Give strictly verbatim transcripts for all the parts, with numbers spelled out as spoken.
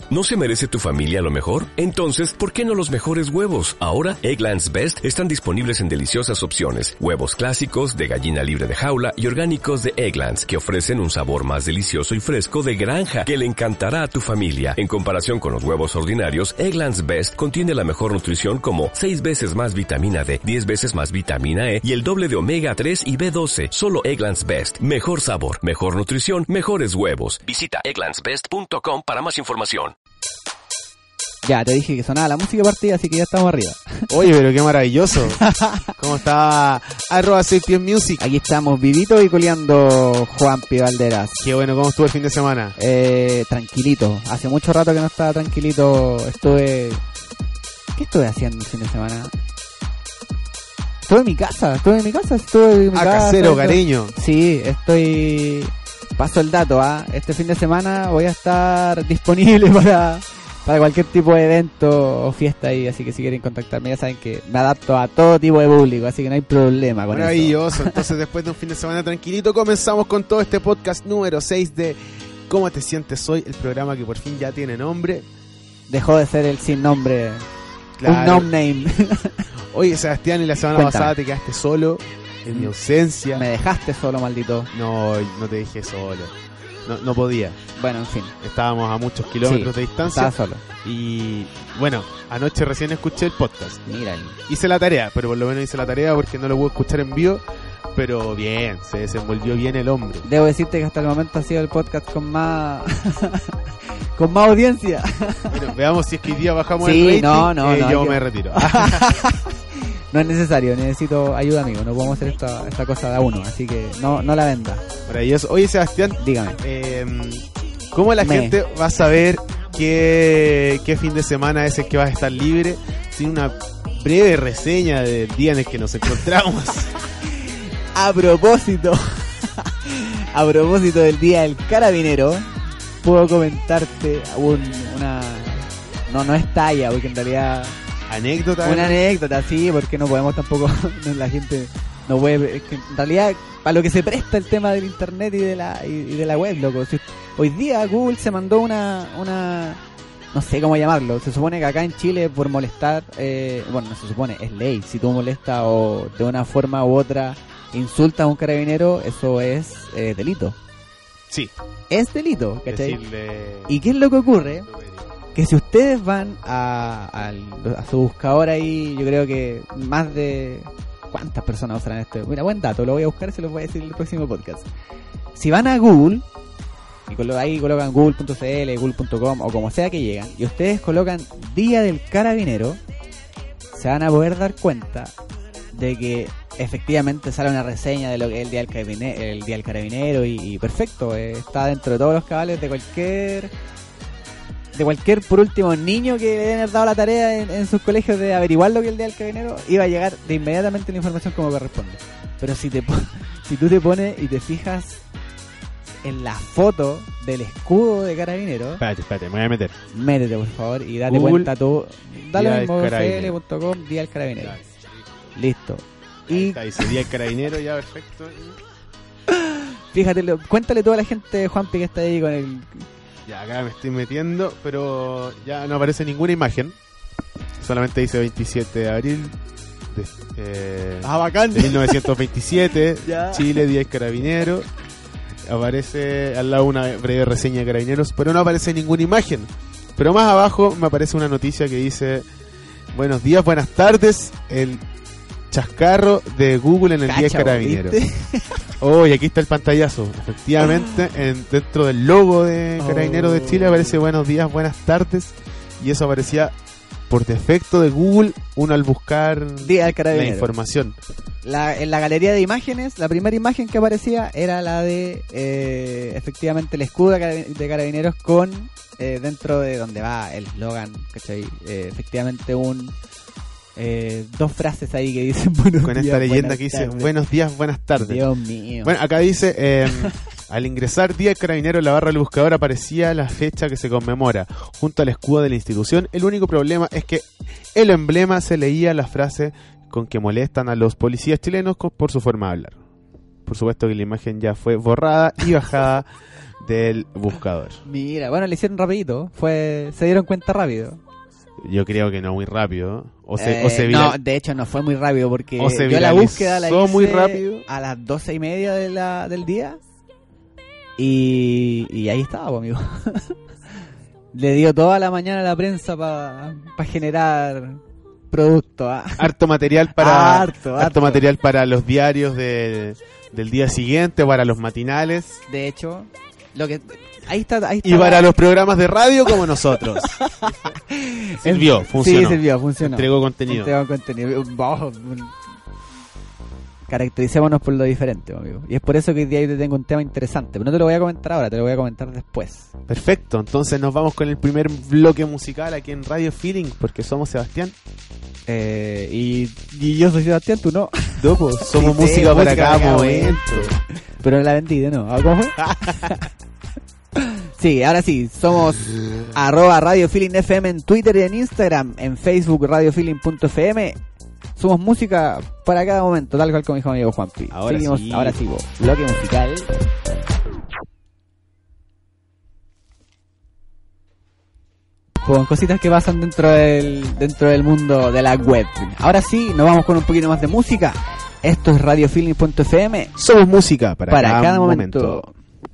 ¿No se merece tu familia lo mejor? Entonces, ¿por qué no los mejores huevos? Ahora, Eggland's Best están disponibles en deliciosas opciones. Huevos clásicos, de gallina libre de jaula y orgánicos de Eggland's, que ofrecen un sabor más delicioso y fresco de granja que le encantará a tu familia. En comparación con los huevos ordinarios, Eggland's Best contiene la mejor nutrición como seis veces más vitamina D, diez veces más vitamina E y el doble de omega tres y B doce. Solo Eggland's Best. Mejor sabor, mejor nutrición, mejores huevos. Visita egglands best punto com para más información. Ya, te dije que sonaba la música partida, así que ya estamos arriba. Oye, pero qué maravilloso. ¿Cómo está? Arroba Sapien Music. Aquí estamos vivito y coleando Juanpi Valderas. Qué bueno, ¿cómo estuvo el fin de semana? Eh, tranquilito. Hace mucho rato que no estaba tranquilito. Estuve... ¿Qué estuve haciendo el fin de semana? Estuve en mi casa, estuve en mi casa, estuve en mi ah, casa. casero, cariño. Sí, estoy... Paso el dato, ¿ah? ¿eh? Este fin de semana voy a estar disponible para... para cualquier tipo de evento o fiesta ahí, así que si quieren contactarme ya saben que me adapto a todo tipo de público, así que no hay problema con Maravilloso. eso. Entonces después de un fin de semana tranquilito comenzamos con todo este podcast número seis de ¿Cómo te sientes hoy? El programa que por fin ya tiene nombre. Dejó de ser el sin nombre, claro. Un no name. Oye, Sebastián, y la semana Cuéntame. pasada te quedaste solo en mi ausencia. Me dejaste solo, maldito. No, no te dejé solo. No, no podía. Bueno, en fin. Estábamos a muchos kilómetros Sí, de distancia. Estaba solo. Y bueno, anoche recién escuché el podcast. Mira. el- Hice la tarea, pero por lo menos hice la tarea porque no lo pude escuchar en vivo. Pero bien, se desenvolvió bien el hombre. Debo decirte que hasta el momento ha sido el podcast con más con más audiencia. Bueno, veamos si es que hoy día bajamos Sí, el rating. no, no, eh, no, yo yo- me retiro. No es necesario, necesito ayuda, amigo. No podemos hacer esta, esta cosa de a uno, así que no, no la venda. Maravilloso. Oye, Sebastián, Dígame. eh, ¿cómo la Me. gente va a saber qué, qué fin de semana es el que vas a estar libre sin una breve reseña del día en el que nos encontramos? A propósito, a propósito del Día del Carabinero, puedo comentarte un, una... No, no es talla, porque en realidad... Anécdota. Una anécdota, sí, porque no podemos tampoco... no, la gente no puede... Es que en realidad, para lo que se presta el tema del internet y de la y, y de la web, loco. Si- hoy día Google se mandó una... una no sé cómo llamarlo. Se supone que acá en Chile, por molestar... Eh, bueno, no se supone, es ley. Si tú molestas o de una forma u otra... insulta a un carabinero, eso es eh, delito. Sí. Es delito, ¿cachai? Decirle... ¿Y qué es lo que ocurre? Que si ustedes van a, a, a su buscador ahí, yo creo que más de... ¿Cuántas personas usarán esto? Mira, buen dato, lo voy a buscar y se los voy a decir en el próximo podcast. Si van a Google, y colo- ahí colocan google punto c l, google punto com o como sea que llegan, y ustedes colocan Día del Carabinero, se van a poder dar cuenta de que efectivamente sale una reseña de lo que es el Día del Carabinero, el Día del Carabinero y, y perfecto, eh, está dentro de todos los cabales de cualquier de cualquier, por último, niño que le deben haber dado la tarea en, en sus colegios de averiguar lo que es el Día del Carabinero, iba a llegar de inmediatamente la información como corresponde. Pero si te po- si tú te pones y te fijas en la foto del escudo de Carabinero, Espérate, espérate, me voy a meter. métete por favor y date Google, cuenta tú, dale Día mismo del c l Carabinero. punto com, Día del Carabinero. Listo. Ahí Y está, dice Día del Carabinero, ya, perfecto. fíjate, lo- cuéntale toda la gente, Juanpi, que está ahí con el... Ya, acá me estoy metiendo, pero ya no aparece ninguna imagen. Solamente dice veintisiete de abril de, eh, ¡Ah, bacán! de mil novecientos veintisiete, Ya. Chile, Día del Carabinero. Aparece al lado una breve reseña de Carabineros, pero no aparece ninguna imagen. Pero más abajo me aparece una noticia que dice: buenos días, buenas tardes, el chascarro de Google en el Día del Cacha, Carabinero. ¿viste? Oh, y aquí está el pantallazo. Efectivamente, en, dentro del logo de Carabineros de Chile aparece buenos días, buenas tardes. Y eso aparecía por defecto de Google, uno al buscar Día del la Carabinero. información. La, en la galería de imágenes, la primera imagen que aparecía era la de eh, efectivamente el escudo de, carab- de Carabineros con eh, dentro de donde va el eslogan, ¿cachai? Eh, efectivamente un eh, dos frases ahí que dicen buenos Con días, esta leyenda buenas que dice tardes. buenos días, buenas tardes. Dios mío. Bueno, acá dice, eh, al ingresar Día del Carabinero en la barra del buscador aparecía la fecha que se conmemora, junto al escudo de la institución. El único problema es que el emblema se leía la frase con que molestan a los policías chilenos co- por su forma de hablar. Por supuesto que la imagen ya fue borrada y bajada del buscador. Mira, bueno, le hicieron rapidito. Fue, se dieron cuenta rápido. Yo creo que no muy rápido. O se, Eh, o se no, viral- de hecho no fue muy rápido porque O se yo la viralizó búsqueda la hice muy rápido. a las doce y media de la, del día y, y ahí estaba, pues, amigo. Le dio toda la mañana a la prensa para pa generar producto. ¿Ah? harto material para Harto, harto harto. material para los diarios de, del día siguiente, para los matinales De hecho, lo que ahí está, ahí está. y para los programas de radio como nosotros. Sirvió, funcionó. Sí, sirvió, funcionó. Entregó contenido. Entregó contenido. Vamos, caractericémonos por lo diferente, amigo. Y es por eso que hoy día yo te tengo un tema interesante. Pero no te lo voy a comentar ahora, te lo voy a comentar después. Perfecto, entonces nos vamos con el primer bloque musical aquí en Radio Feeling, porque somos Sebastián. Eh, y, y yo soy Sebastián, tú no. No, pues, somos Sí, música sí, para música cada para cada momento. Pero la vendí de no. ¿Cómo fue? Sí, ahora sí, somos arroba Radio Feeling F M en Twitter y en Instagram, en Facebook radiofeeling punto f m. Somos música para cada momento, tal cual como dijo mi amigo Juanpi. Ahora Seguimos, sí. ahora sí, vos. Bloque musical. Con cositas que pasan dentro del dentro del mundo de la web. Ahora sí, nos vamos con un poquito más de música. Esto es radiofeeling punto f m Somos música para, para, cada, cada, momento. momento.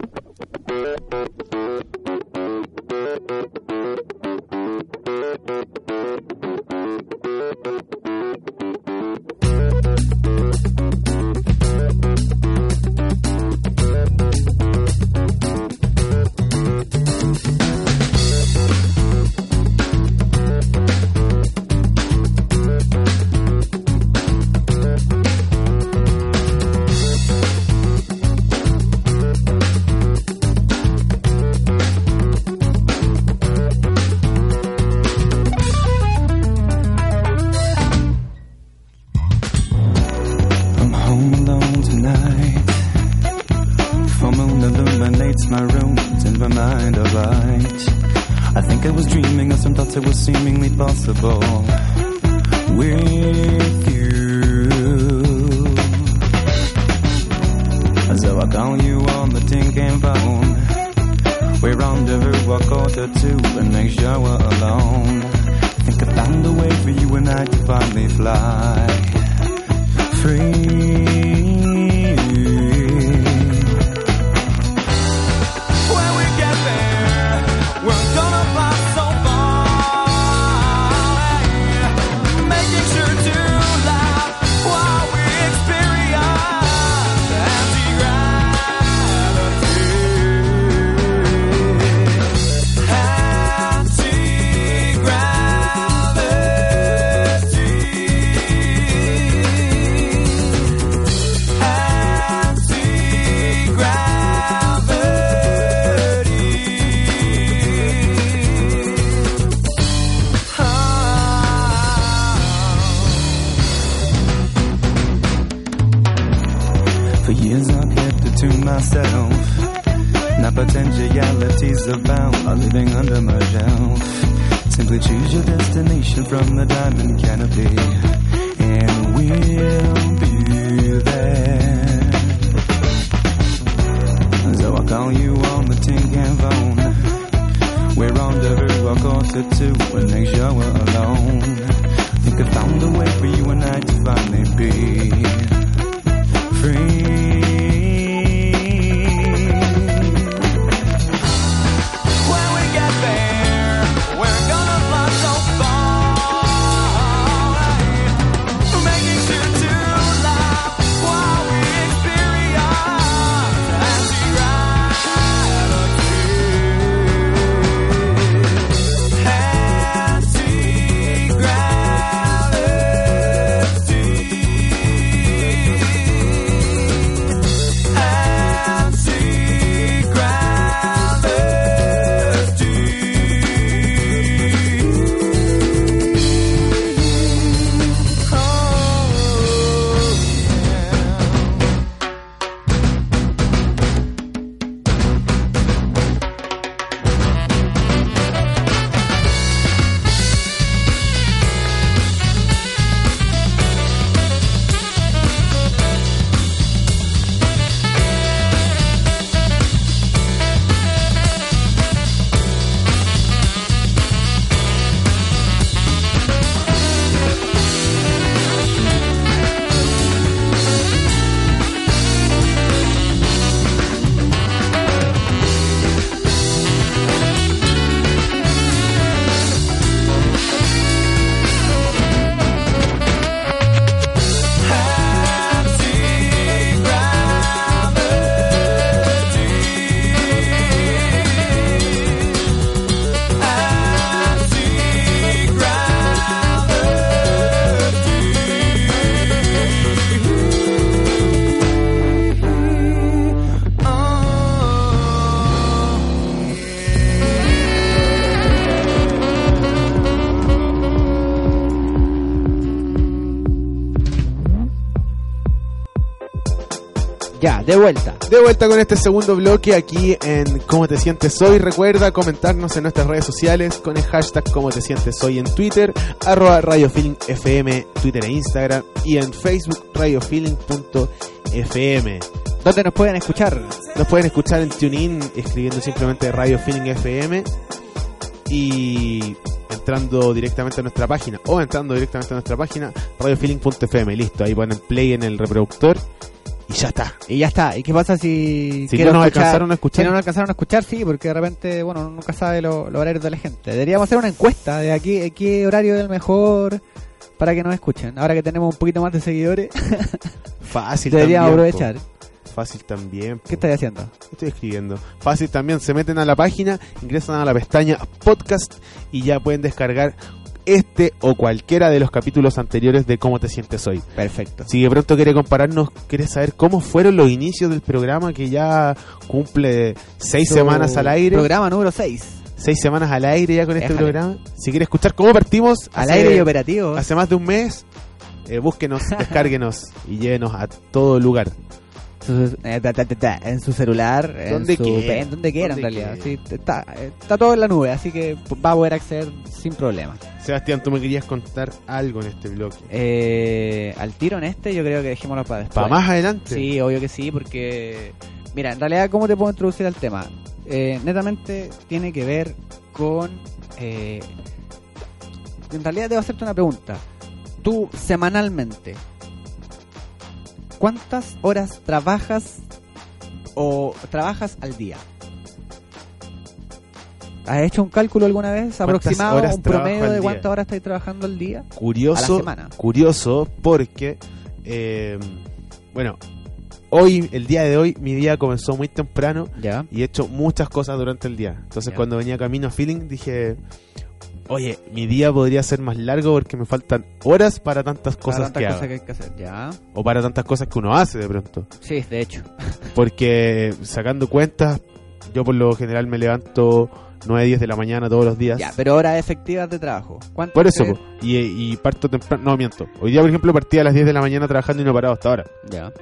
I'm home alone tonight. Full moon illuminates my rooms and my mind of light. I think I was dreaming of some thoughts that were seemingly possible with you. So I call you on the tin can phone. We're rendezvous a quarter to and make sure we're alone. Think I found a way for you and I to finally fly free. When we get there, we're gonna fly so far, making sure to laugh while we experience anti-gravity. For years I've kept it to myself. Now potentialities abound are living under my shelf. Simply choose your destination from the diamond canopy, and we'll be there. So I call you on the tin can phone. We're rendezvous a quarter to and make sure we're alone. Think I found a way for you and I to finally be free. When we get there, we're gonna fly so far, making sure to laugh while we experience anti-gravity. Anti-gravity. Ya, de vuelta. De vuelta con este segundo bloque aquí en ¿Cómo te sientes hoy? Recuerda comentarnos en nuestras redes sociales con el hashtag ¿Cómo te sientes hoy? En Twitter, arroba Radio Feeling F M, Twitter e Instagram, y en Facebook, radio feeling punto f m. ¿Dónde nos pueden escuchar? Nos pueden escuchar en TuneIn escribiendo simplemente Radio Feeling F M y entrando directamente a nuestra página, o entrando directamente a nuestra página, radio feeling punto f m. Listo, ahí ponen play en el reproductor y ya está. Y ya está. ¿Y qué pasa si, Si quiero no nos escuchar- alcanzaron a escuchar? Si no nos alcanzaron a escuchar, sí, porque de repente, bueno, uno nunca sabe los lo horarios de la gente. Deberíamos hacer una encuesta de aquí, qué horario es el mejor para que nos escuchen. Ahora que tenemos un poquito más de seguidores, Fácil deberíamos también, aprovechar. po. Fácil también, po. ¿Qué estáis haciendo? Estoy escribiendo. Fácil también, se meten a la página, ingresan a la pestaña podcast y ya pueden descargar este o cualquiera de los capítulos anteriores de ¿Cómo te sientes hoy? Perfecto. Si de pronto quiere compararnos, quiere saber cómo fueron los inicios del programa que ya cumple seis Su semanas al aire. Programa número seis. Seis semanas al aire ya con este Déjale. programa. Si quiere escuchar cómo partimos Al hace- aire y operativo. hace más de un mes, eh, búsquenos, descárguenos y llévenos a todo lugar. Su- eh, ta, ta, ta, ta, en su celular, en Donde su quiera, en donde quiera en donde realidad. quiera. Sí, está, está todo en la nube, así que va a poder acceder sin problema. Sebastián, tú me querías contar algo en este bloque. Eh, al tiro en este, yo creo que dejémoslo para después. ¿Para más adelante? Sí, obvio que sí, porque mira, en realidad, ¿cómo te puedo introducir al tema? Eh, netamente tiene que ver con eh, en realidad debo hacerte una pregunta. Tú semanalmente, ¿cuántas horas trabajas o trabajas al día? ¿Has hecho un cálculo alguna vez aproximado, horas un trabajo promedio al de día? cuántas horas estáis trabajando al día? A la Curioso, semana. curioso porque, eh, bueno, hoy, el día de hoy, mi día comenzó muy temprano Ya. y he hecho muchas cosas durante el día. Entonces Ya. cuando venía camino a Feeling dije, oye, mi día podría ser más largo porque me faltan horas para tantas cosas Para tantas que cosas hago. que hay que hacer. Ya. O para tantas cosas que uno hace de pronto. Sí, de hecho. Porque sacando cuentas, yo por lo general me levanto nueve, diez de la mañana todos los días. Ya, pero horas efectivas de trabajo. ¿Cuánto Por eso, crees? po. y, y parto temprano, no miento. Hoy día, por ejemplo, partí a las diez de la mañana trabajando y no he parado hasta ahora. Ya.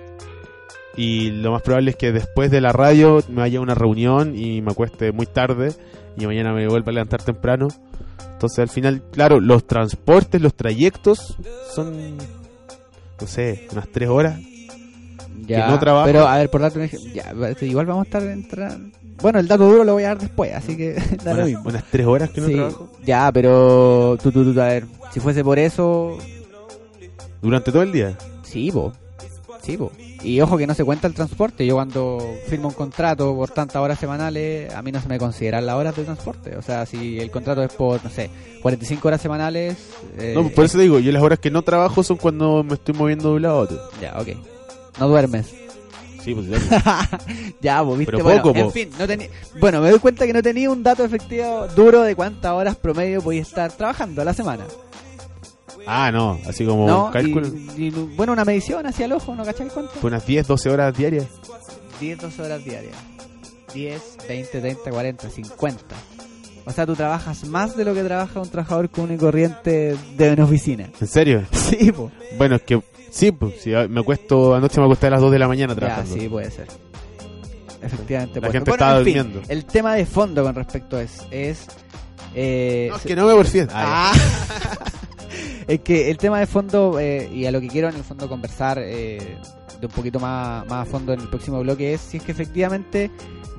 Y lo más probable es que después de la radio me vaya a una reunión y me acueste muy tarde y mañana me vuelva a levantar temprano. Entonces al final, claro, los transportes, los trayectos son, no sé, unas tres horas. Ya. Que no trabajo. Pero, a ver, por darte un ejemplo. Ya, igual vamos a estar entrando. Bueno, el dato duro lo voy a dar después, así que da lo Unas, mismo. unas tres horas que no Sí, trabajo. ya, pero tú, tú, tú, a ver, si fuese por eso, Durante todo el día. sí, po. Sí, po. Y ojo que no se cuenta el transporte. Yo cuando firmo un contrato por tantas horas semanales, a mí no se me consideran las horas de transporte. O sea, si el contrato es por, no sé, cuarenta y cinco horas semanales. Eh, No, por eso te digo, yo las horas que no trabajo son cuando me estoy moviendo de un lado a otro. Ya, ok. No duermes. Sí, pues ya. Ya, pues, viste, Pero bueno, poco, en po. fin, no tenía, bueno, me doy cuenta que no tenía un dato efectivo duro de cuántas horas promedio podía estar trabajando a la semana. Ah, no, así como ¿No? cálculo. Y, y, bueno, una medición hacia el ojo, ¿no cachai cuánto? Fue unas diez, doce horas diarias. diez, doce horas diarias. diez, veinte, treinta, cuarenta, cincuenta. O sea, tú trabajas más de lo que trabaja un trabajador común y corriente de una oficina. ¿En serio? Sí, pues. Bueno, es que sí, pues si me acuesto, anoche me acosté a las dos de la mañana Ya, trabajando. sí, puede ser. Efectivamente. La puede gente ser. estaba en fin, durmiendo. el tema de fondo con respecto a es... es eh, No, es que no me porfíes. Ah, Ah. Es que el tema de fondo, eh, y a lo que quiero en el fondo conversar eh, de un poquito más, más a fondo en el próximo bloque, es si es que efectivamente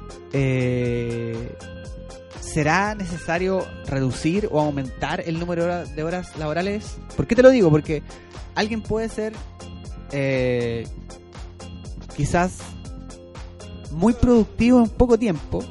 eh, será necesario reducir o aumentar el número de horas, de horas laborales. ¿Por qué te lo digo? Porque alguien puede ser eh, quizás muy productivo en poco tiempo,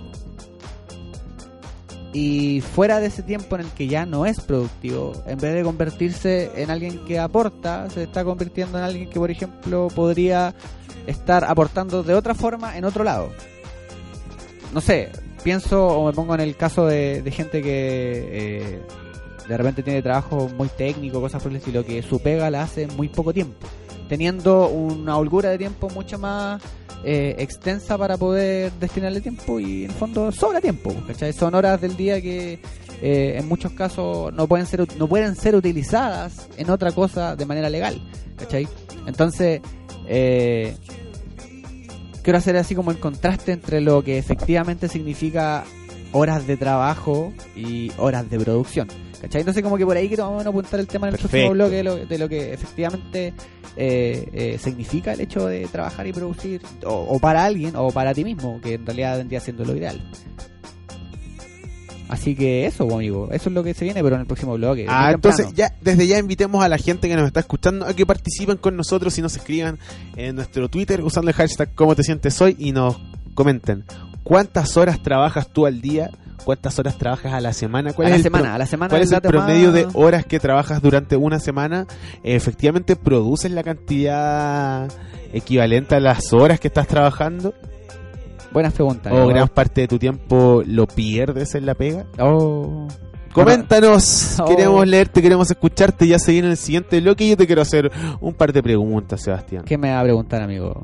y fuera de ese tiempo en el que ya no es productivo, en vez de convertirse en alguien que aporta, se está convirtiendo en alguien que, por ejemplo, podría estar aportando de otra forma en otro lado. No sé, pienso o me pongo en el caso de, de gente que eh, de repente tiene trabajo muy técnico, cosas por el estilo, que su pega la hace en muy poco tiempo, teniendo una holgura de tiempo mucho más eh, extensa para poder destinarle tiempo, y en el fondo sobra tiempo, ¿cachai? Son horas del día que eh, en muchos casos no pueden ser no pueden ser utilizadas en otra cosa de manera legal, ¿cachai? Entonces, eh, quiero hacer así como el contraste entre lo que efectivamente significa horas de trabajo y horas de producción, ¿cachai? Entonces como que por ahí quiero vamos a apuntar el tema en el Perfecto. próximo bloque de lo, de lo que efectivamente eh, eh, significa el hecho de trabajar y producir, o, o para alguien o para ti mismo, que en realidad vendría siendo lo ideal. Así que eso, pues, amigo, eso es lo que se viene, pero en el próximo bloque. Ah, muy entonces temprano. ya desde ya invitemos a la gente que nos está escuchando a que participen con nosotros y nos escriban en nuestro Twitter usando el hashtag cómo te sientes hoy y nos comenten cuántas horas trabajas tú al día, cuántas horas trabajas a la semana, cuál a es la el semana, pro- a la semana cuál es el dato promedio más- de horas que trabajas durante una semana. Eh, efectivamente produces la cantidad equivalente a las horas que estás trabajando, Buenas preguntas. o ¿no? gran parte de tu tiempo lo pierdes en la pega. Oh. Coméntanos, Oh. queremos leerte, queremos escucharte. Ya se viene el siguiente bloque y yo te quiero hacer un par de preguntas, Sebastián. ¿Qué me va a preguntar, amigo?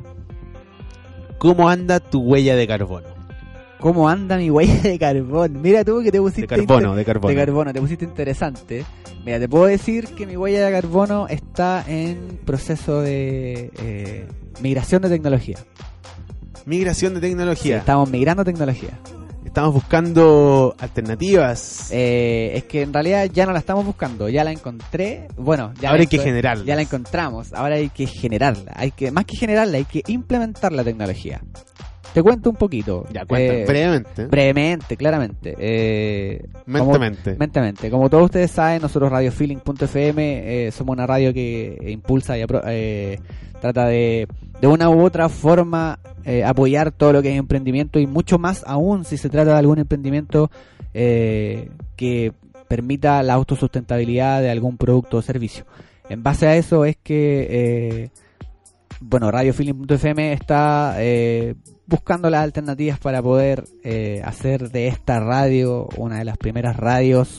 ¿Cómo anda tu huella de carbono? ¿Cómo anda mi huella de carbón? Mira tú que te pusiste... De carbono, inter- de carbono. De carbono, te pusiste interesante. Mira, te puedo decir que mi huella de carbono está en proceso de eh, migración de tecnología. Migración de Sí, tecnología. estamos migrando tecnología. Estamos buscando alternativas. Eh, es que en realidad ya no la estamos buscando, ya la encontré. Bueno, ya Ahora la hay que enco- generarla. Ya la encontramos, ahora hay que generarla. Hay que Más que generarla, hay que implementar la tecnología. Te cuento un poquito. Ya, cuenta, Eh, brevemente. brevemente, claramente. Eh, como- Mentemente. Mentemente. Como todos ustedes saben, nosotros Radio Feeling punto f m eh, somos una radio que impulsa y apro- eh, trata de, de una u otra forma eh, apoyar todo lo que es emprendimiento y mucho más aún si se trata de algún emprendimiento eh, que permita la autosustentabilidad de algún producto o servicio. En base a eso es que eh, bueno, Radio Feeling punto f m está eh, buscando las alternativas para poder eh, hacer de esta radio una de las primeras radios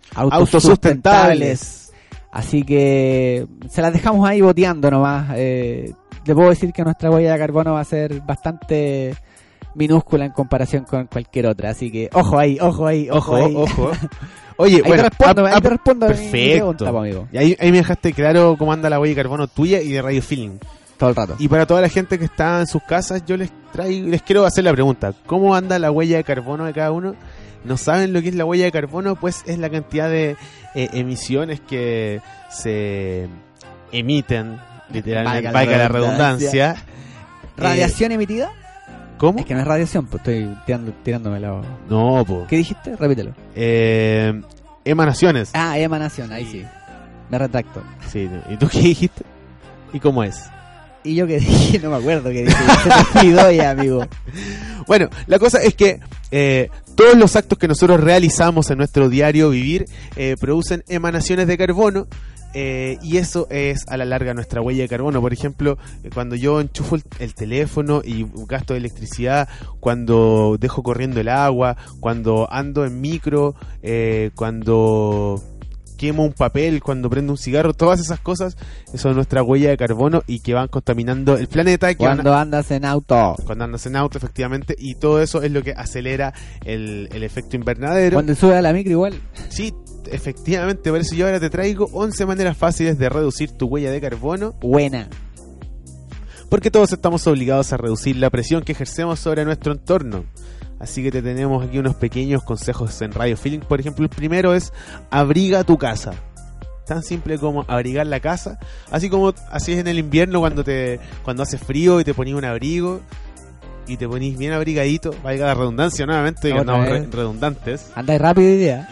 autosustentables. Así que se las dejamos ahí boteando nomás. Eh, le puedo decir que nuestra huella de carbono va a ser bastante minúscula en comparación con cualquier otra. Así que ojo ahí, ojo ahí, ojo, Ojo, ahí. ojo. Oye, Ahí bueno, te respondo, ap- ahí te ap- respondo a mi perfecto. pregunta, po, amigo. Y ahí, ahí me dejaste claro cómo anda la huella de carbono tuya y de Radio Feeling. Todo el rato. Y para toda la gente que está en sus casas, yo les traigo, les quiero hacer la pregunta: ¿cómo anda la huella de carbono de cada uno? ¿No saben lo que es la huella de carbono? Pues es la cantidad de eh, emisiones que se emiten, literalmente, Valga la valga la redundancia. redundancia. ¿Radiación emitida? Eh, ¿Cómo? Es que no es radiación, pues estoy tirando, tirándome la... No, po. ¿Qué dijiste? Repítelo. Eh, emanaciones. Ah, emanación, ahí sí. Me retracto. Sí, ¿no? ¿Y tú qué dijiste? ¿Y cómo es? Y yo que dije, no me acuerdo que dije. Se te olvidó ya, amigo. Bueno, la cosa es que eh, todos los actos que nosotros realizamos en nuestro diario vivir eh, producen emanaciones de carbono. Eh, y eso es a la larga nuestra huella de carbono. Por ejemplo, eh, cuando yo enchufo el, el teléfono y gasto de electricidad, cuando dejo corriendo el agua, cuando ando en micro, eh, cuando quemo un papel, cuando prendo un cigarro, todas esas cosas son nuestra huella de carbono y que van contaminando el planeta. Y que van a- Cuando andas en auto. cuando andas en auto, efectivamente, y todo eso es lo que acelera el, el efecto invernadero. Cuando subes a la micro igual. Sí, efectivamente, por eso yo ahora te traigo once maneras fáciles de reducir tu huella de carbono, Buena. porque todos estamos obligados a reducir la presión que ejercemos sobre nuestro entorno. Así que te tenemos aquí unos pequeños consejos en Radio Feeling. Por ejemplo, el primero es abriga tu casa. Tan simple como abrigar la casa, así como así es en el invierno cuando te cuando hace frío y te ponís un abrigo y te ponís bien abrigadito, valga la redundancia nuevamente, que Otra andamos vez. re- redundantes. Andáis rápido hoy día.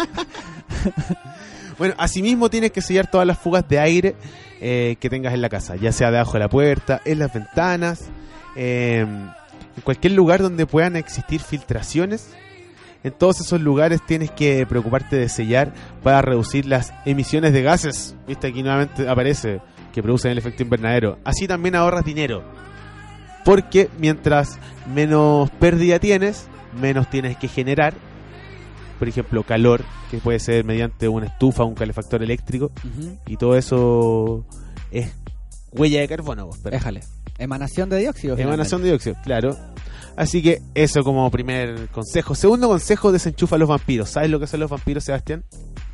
Bueno, asimismo tienes que sellar todas las fugas de aire eh, que tengas en la casa, ya sea debajo de la puerta, en las ventanas, eh, en cualquier lugar donde puedan existir filtraciones. En todos esos lugares tienes que preocuparte de sellar para reducir las emisiones de gases. Viste, aquí nuevamente aparece que producen el efecto invernadero. Así también ahorras dinero, porque mientras menos pérdida tienes, menos tienes que generar. Por ejemplo, calor, que puede ser mediante una estufa, un calefactor eléctrico, Ujú. y todo eso es huella de carbono. Vos, pero- Déjale. Emanación de dióxido. Emanación de dióxido, claro. Así que eso como primer consejo. Segundo consejo, desenchufa a los vampiros. ¿Sabes lo que son los vampiros, Sebastián?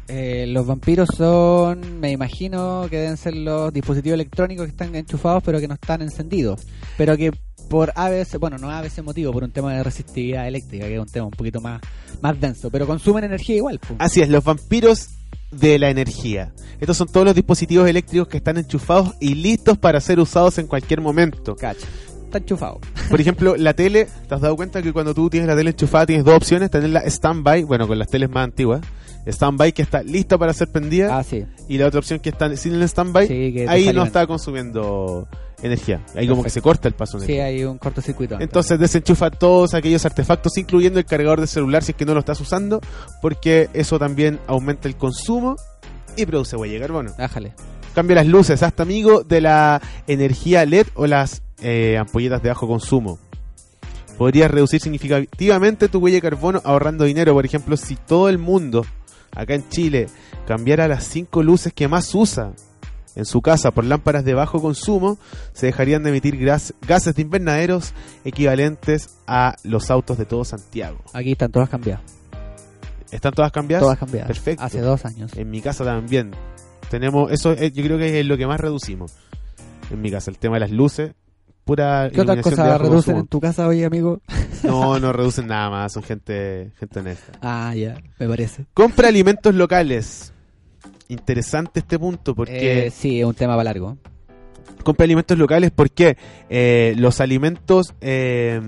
Eh, los vampiros son, me imagino que deben ser los dispositivos electrónicos que están enchufados pero que no están encendidos. Pero que por A B C, bueno, no A B C motivo, por un tema de resistividad eléctrica, que es un tema un poquito más, más denso, pero consumen energía igual. Pues. Así es, los vampiros de la energía. Estos son todos los dispositivos eléctricos que están enchufados y listos para ser usados en cualquier momento. Cacha. Está enchufado. Por ejemplo, la tele, ¿te has dado cuenta que cuando tú tienes la tele enchufada tienes dos opciones? Tenerla stand-by, bueno, con las teles más antiguas, stand-by que está lista para ser prendida, Ah, sí. y la otra opción que está sin el stand-by, Sí, que te ahí sale no bien. está consumiendo energía, ahí Perfecto. como que se corta el paso de Sí, energía. hay un cortocircuito. Entonces desenchufa todos aquellos artefactos, incluyendo el cargador de celular si es que no lo estás usando, porque eso también aumenta el consumo y produce huella de carbono. Bájale. Cambia las luces, hasta amigo de la energía L E D o las eh, ampolletas de bajo consumo. Podrías reducir significativamente tu huella de carbono ahorrando dinero. Por ejemplo, si todo el mundo acá en Chile cambiara las cinco luces que más usa en su casa por lámparas de bajo consumo, se dejarían de emitir gas- gases de invernaderos equivalentes a los autos de todo Santiago. Aquí están todas cambiadas. ¿Están todas cambiadas? Todas cambiadas. Perfecto. Hace dos años. En mi casa también. Tenemos, eso es- yo creo que es lo que más reducimos. En mi casa, el tema de las luces, pura ¿Qué otras iluminación de cosas bajo reducen consumo. en tu casa hoy, amigo? No, no reducen nada más, son gente, gente honesta. Ah, ya, me parece. Compra alimentos locales. Interesante este punto porque Eh, sí, es un tema para largo. compra alimentos locales porque eh, los alimentos eh,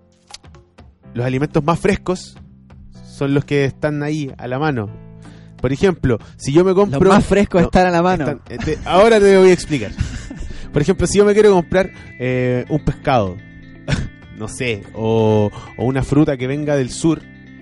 los alimentos más frescos son los que están ahí a la mano. Por ejemplo, si yo me compro Los más frescos no, están a la mano. están- eh, te- ahora te voy a explicar. Por ejemplo, si yo me quiero comprar eh, un pescado, no sé, o, o una fruta que venga del sur,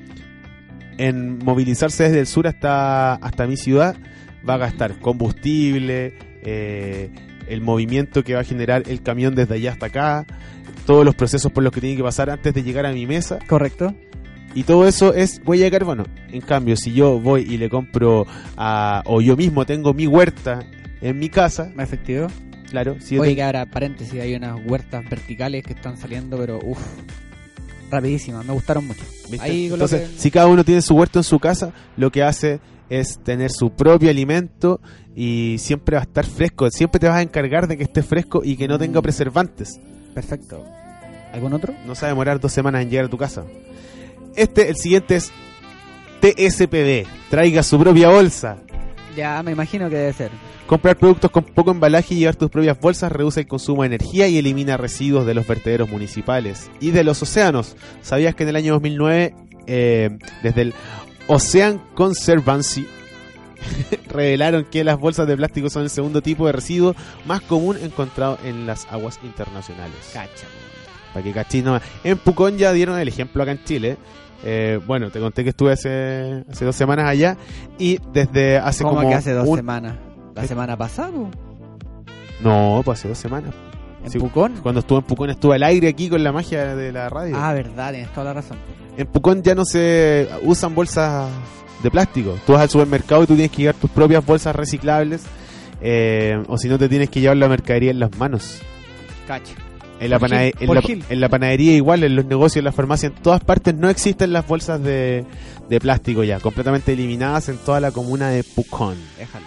en movilizarse desde el sur hasta, hasta mi ciudad, va a gastar combustible, eh, el movimiento que va a generar el camión desde allá hasta acá, todos los procesos por los que tiene que pasar antes de llegar a mi mesa, Correcto. y todo eso es huella de carbono. En cambio, si yo voy y le compro a, o yo mismo tengo mi huerta en mi casa, Más efectivo. claro, si yo Oye, tengo- que ahora, paréntesis, hay unas huertas verticales que están saliendo, pero uff, rapidísimas, me gustaron mucho. ¿viste? Ahí con lo Entonces, que- si cada uno tiene su huerto en su casa, lo que hace es tener su propio alimento y siempre va a estar fresco. Siempre te vas a encargar de que esté fresco y que no tenga Mm. preservantes. Perfecto. ¿Algún otro? No se va a demorar dos semanas en llegar a tu casa. Este, el siguiente es T S P D. Traiga su propia bolsa. Ya, me imagino que debe ser. Comprar productos con poco embalaje y llevar tus propias bolsas reduce el consumo de energía y elimina residuos de los vertederos municipales y de los océanos. ¿Sabías que en el año dos mil nueve, eh, desde el Ocean Conservancy, revelaron que las bolsas de plástico son el segundo tipo de residuo más común encontrado en las aguas internacionales? Cacha. Para que cachis nomás. En Pucón ya dieron el ejemplo acá en Chile. Eh, bueno, te conté que estuve hace, hace dos semanas allá y desde hace ¿Cómo como que hace dos un- semanas? La ¿Eh? semana pasada, po? No, pues hace dos semanas. ¿En Sí, Pucón? Cuando estuve en Pucón estuve al aire aquí con la magia de la radio. Ah, verdad, tienes toda la razón. En Pucón ya no se usan bolsas de plástico. Tú vas al supermercado y tú tienes que llevar tus propias bolsas reciclables. eh, o si no, te tienes que llevar la mercadería en las manos. Cacha. En la, Por panade- Gil, en, por la, Gil. en la panadería igual, en los negocios, en las farmacias, en todas partes no existen las bolsas de, de plástico ya. Completamente eliminadas en toda la comuna de Pucón. Déjalo.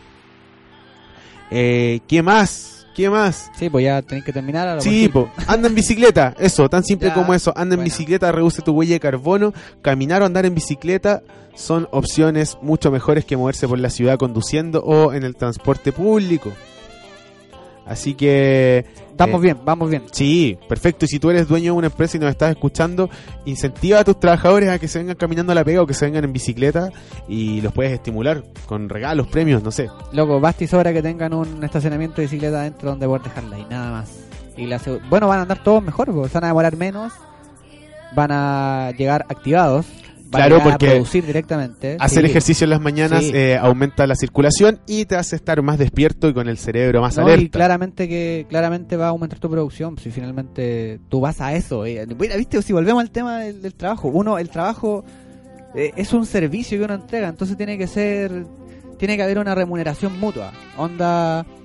Eh, ¿Qué más? ¿Qué más? Sí, pues ya tenés que terminar. a lo Sí, mejor. po, anda en bicicleta, eso, tan simple Ya, como eso, anda en buena. bicicleta, reduce tu huella de carbono, caminar o andar en bicicleta son opciones mucho mejores que moverse por la ciudad conduciendo o en el transporte público. Así que... Estamos eh, bien, vamos bien. Sí, perfecto, y si tú eres dueño de una empresa y nos estás escuchando, incentiva a tus trabajadores a que se vengan caminando a la pega o que se vengan en bicicleta y los puedes estimular con regalos, premios, no sé. Loco, basta y sobra que tengan un estacionamiento de bicicleta adentro donde poder dejarla y nada más. Y la seg- bueno, van a andar todos mejor, porque se van a demorar menos, van a llegar activados, van Claro, a llegar porque a producir directamente. Hacer Sí. ejercicio en las mañanas Sí. eh, aumenta la circulación y te hace estar más despierto y con el cerebro más No, alerta. y claramente que claramente va a aumentar tu producción, si finalmente tú vas a eso. eh. Mira, viste, si volvemos al tema del, del trabajo, uno, el trabajo eh, es un servicio que uno entrega, entonces tiene que ser, tiene que haber una remuneración mutua. Onda,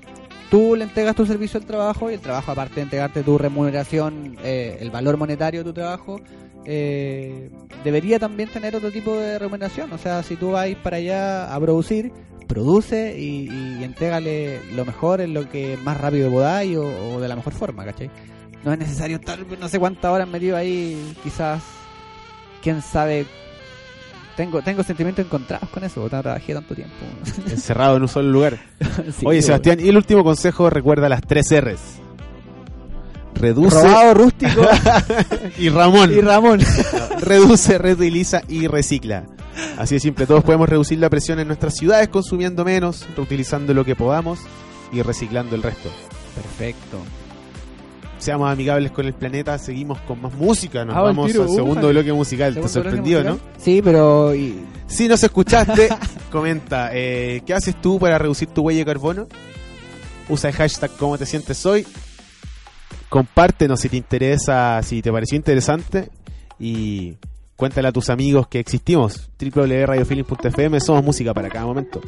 tú le entregas tu servicio al trabajo y el trabajo, aparte de entregarte tu remuneración, eh, el valor monetario de tu trabajo, eh, debería también tener otro tipo de remuneración. O sea, si tú vas para allá a producir, produce y, y entrégale lo mejor en lo que más rápido podáis o, o de la mejor forma, ¿cachai? No es necesario estar no sé cuántas horas metido ahí, quizás, quién sabe. Tengo tengo sentimientos encontrados con eso, porque no trabajé tanto tiempo. Encerrado en un solo lugar. Sí, Oye, bueno. Sebastián, y el último consejo, recuerda las tres R's. Reduce Robado, rústico y Ramón. y Ramón. No, reduce, reutiliza y recicla. Así de simple, todos podemos reducir la presión en nuestras ciudades consumiendo menos, reutilizando lo que podamos y reciclando el resto. Perfecto. Seamos amigables con el planeta, seguimos con más música, nos Ah, al vamos tiro, al segundo ufa. bloque musical. ¿Te ¿Segundo sorprendió, bloque no? musical? Sí, pero... y- Si nos escuchaste, comenta, eh, ¿qué haces tú para reducir tu huella de carbono? Usa el hashtag cómo te sientes hoy. Compártenos si te interesa, si te pareció interesante. Y cuéntale a tus amigos que existimos. doble u doble u doble u punto radio feeling punto f m, somos música para cada momento.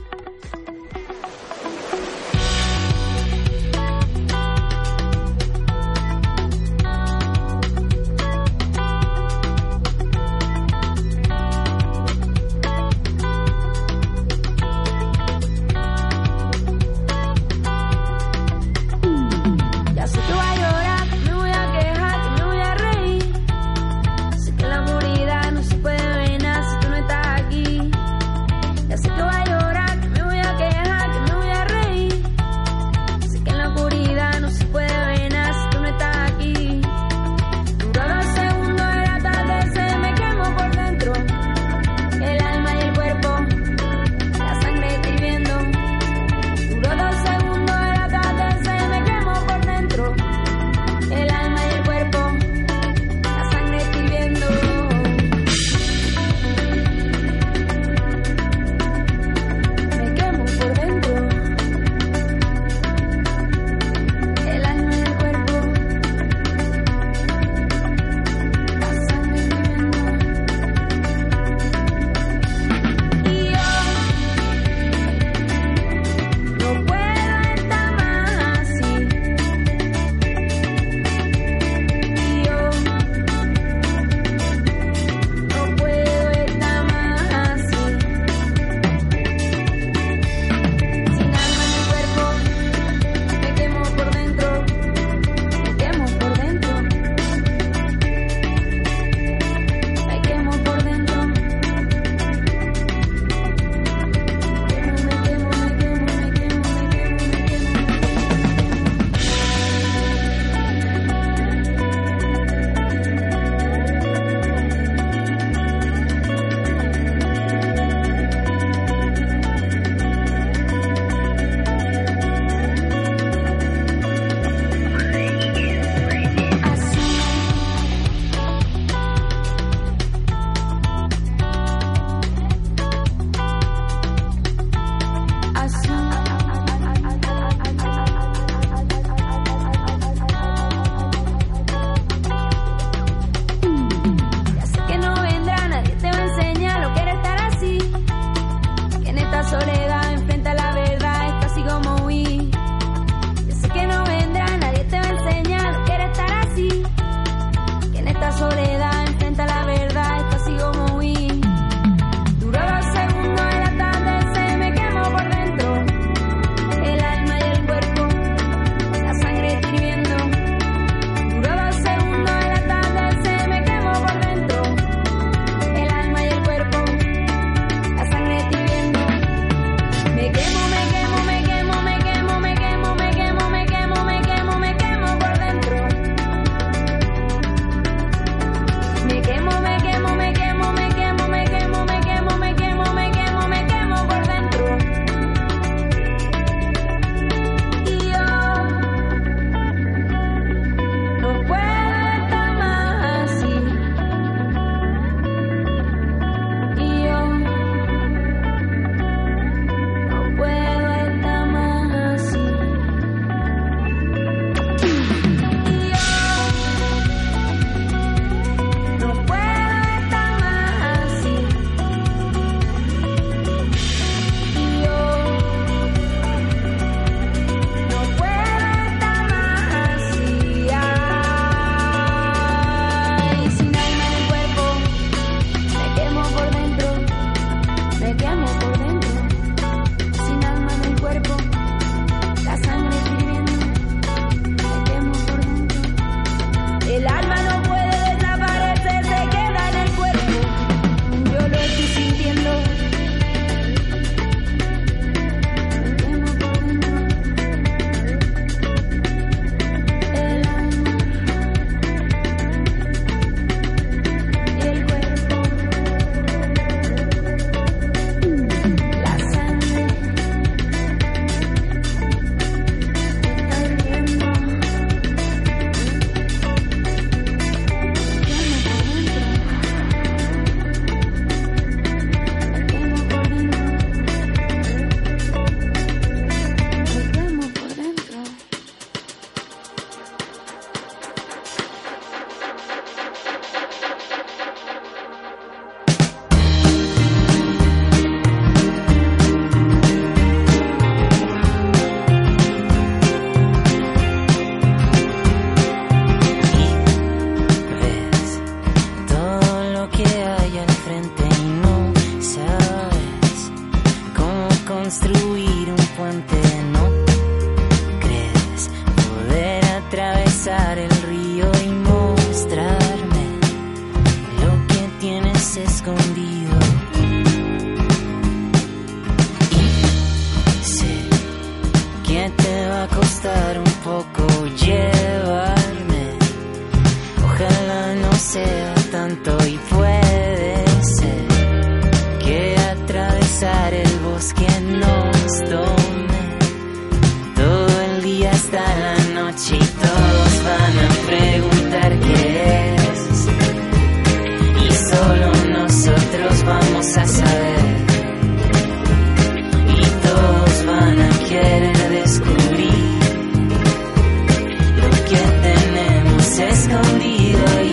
Ya sé que voy a llorar, que me voy a quejar, que me voy a reír. Sé que en la oscuridad no se puede ver nada si tú no estás aquí. Ya sé que voy a llorar, que me voy a quejar, que me voy a reír. Sé que en la oscuridad no se puede ver nada si tú no estás aquí. Duro dos segundos de la tarde se me quemó por dentro. El alma y el cuerpo, la sangre hirviendo. Duro dos segundos de la tarde se me quemó por dentro. El alma y el cuerpo, la sangre hirviendo. construir un puente, ¿no crees? Poder atravesar el río y mostrarme lo que tienes escondido. Y sé que te va a costar un poco llevarme. Ojalá no sea tanto y puede ser que atravesar el bosque nos tome todo el día hasta la noche y todos van a preguntar qué es y solo nosotros vamos a saber y todos van a querer descubrir lo que tenemos escondido ahí.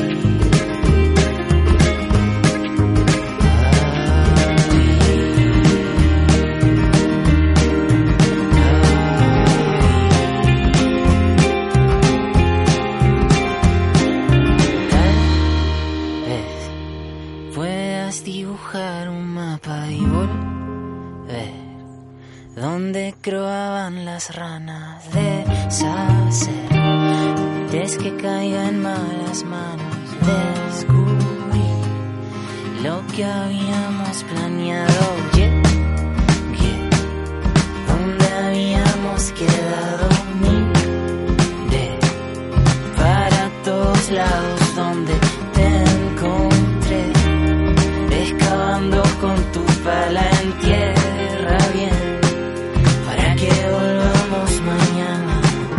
Dibujar un mapa y volver donde croaban las ranas, deshacer antes que caiga en malas manos, descubrir lo que habíamos planeado, yeah, yeah, donde habíamos quedado, mire para todos lados donde te encontré, excavando con tu pala en tierra bien, para que volvamos mañana.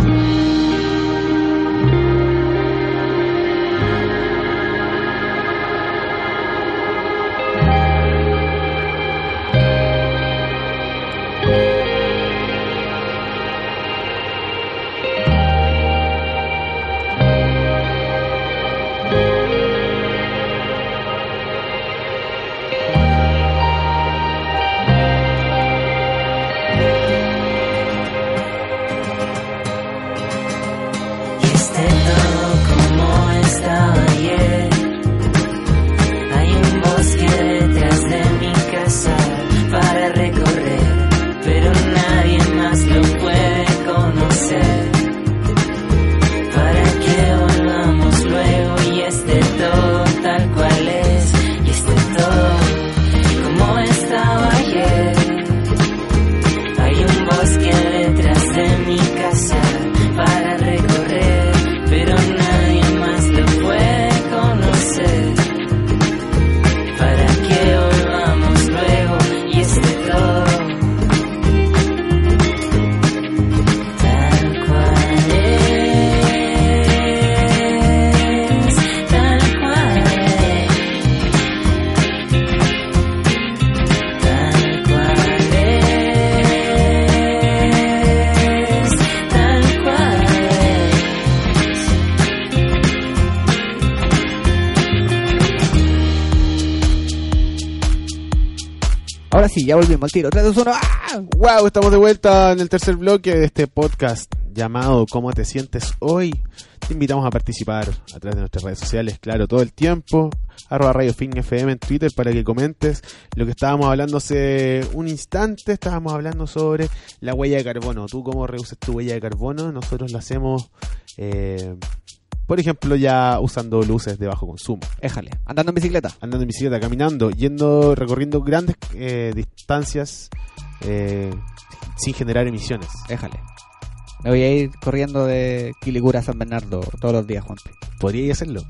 Ahora sí, ya volvimos al tiro. tres, dos, uno. ¡Ah! Wow, estamos de vuelta en el tercer bloque de este podcast llamado ¿Cómo te sientes hoy? Te invitamos a participar a través de nuestras redes sociales, claro, todo el tiempo. Arroba Radio Fin F M en Twitter para que comentes lo que estábamos hablando hace un instante. Estábamos hablando sobre la huella de carbono. ¿Tú cómo reduces tu huella de carbono? Nosotros lo hacemos, eh, por ejemplo, ya usando luces de bajo consumo. Éjale, andando en bicicleta. Andando en bicicleta, caminando, yendo, recorriendo grandes eh, distancias eh, sin generar emisiones. Éjale. Me voy a ir corriendo de Quilicura a San Bernardo todos los días, Juanpe. Podría hacerlo.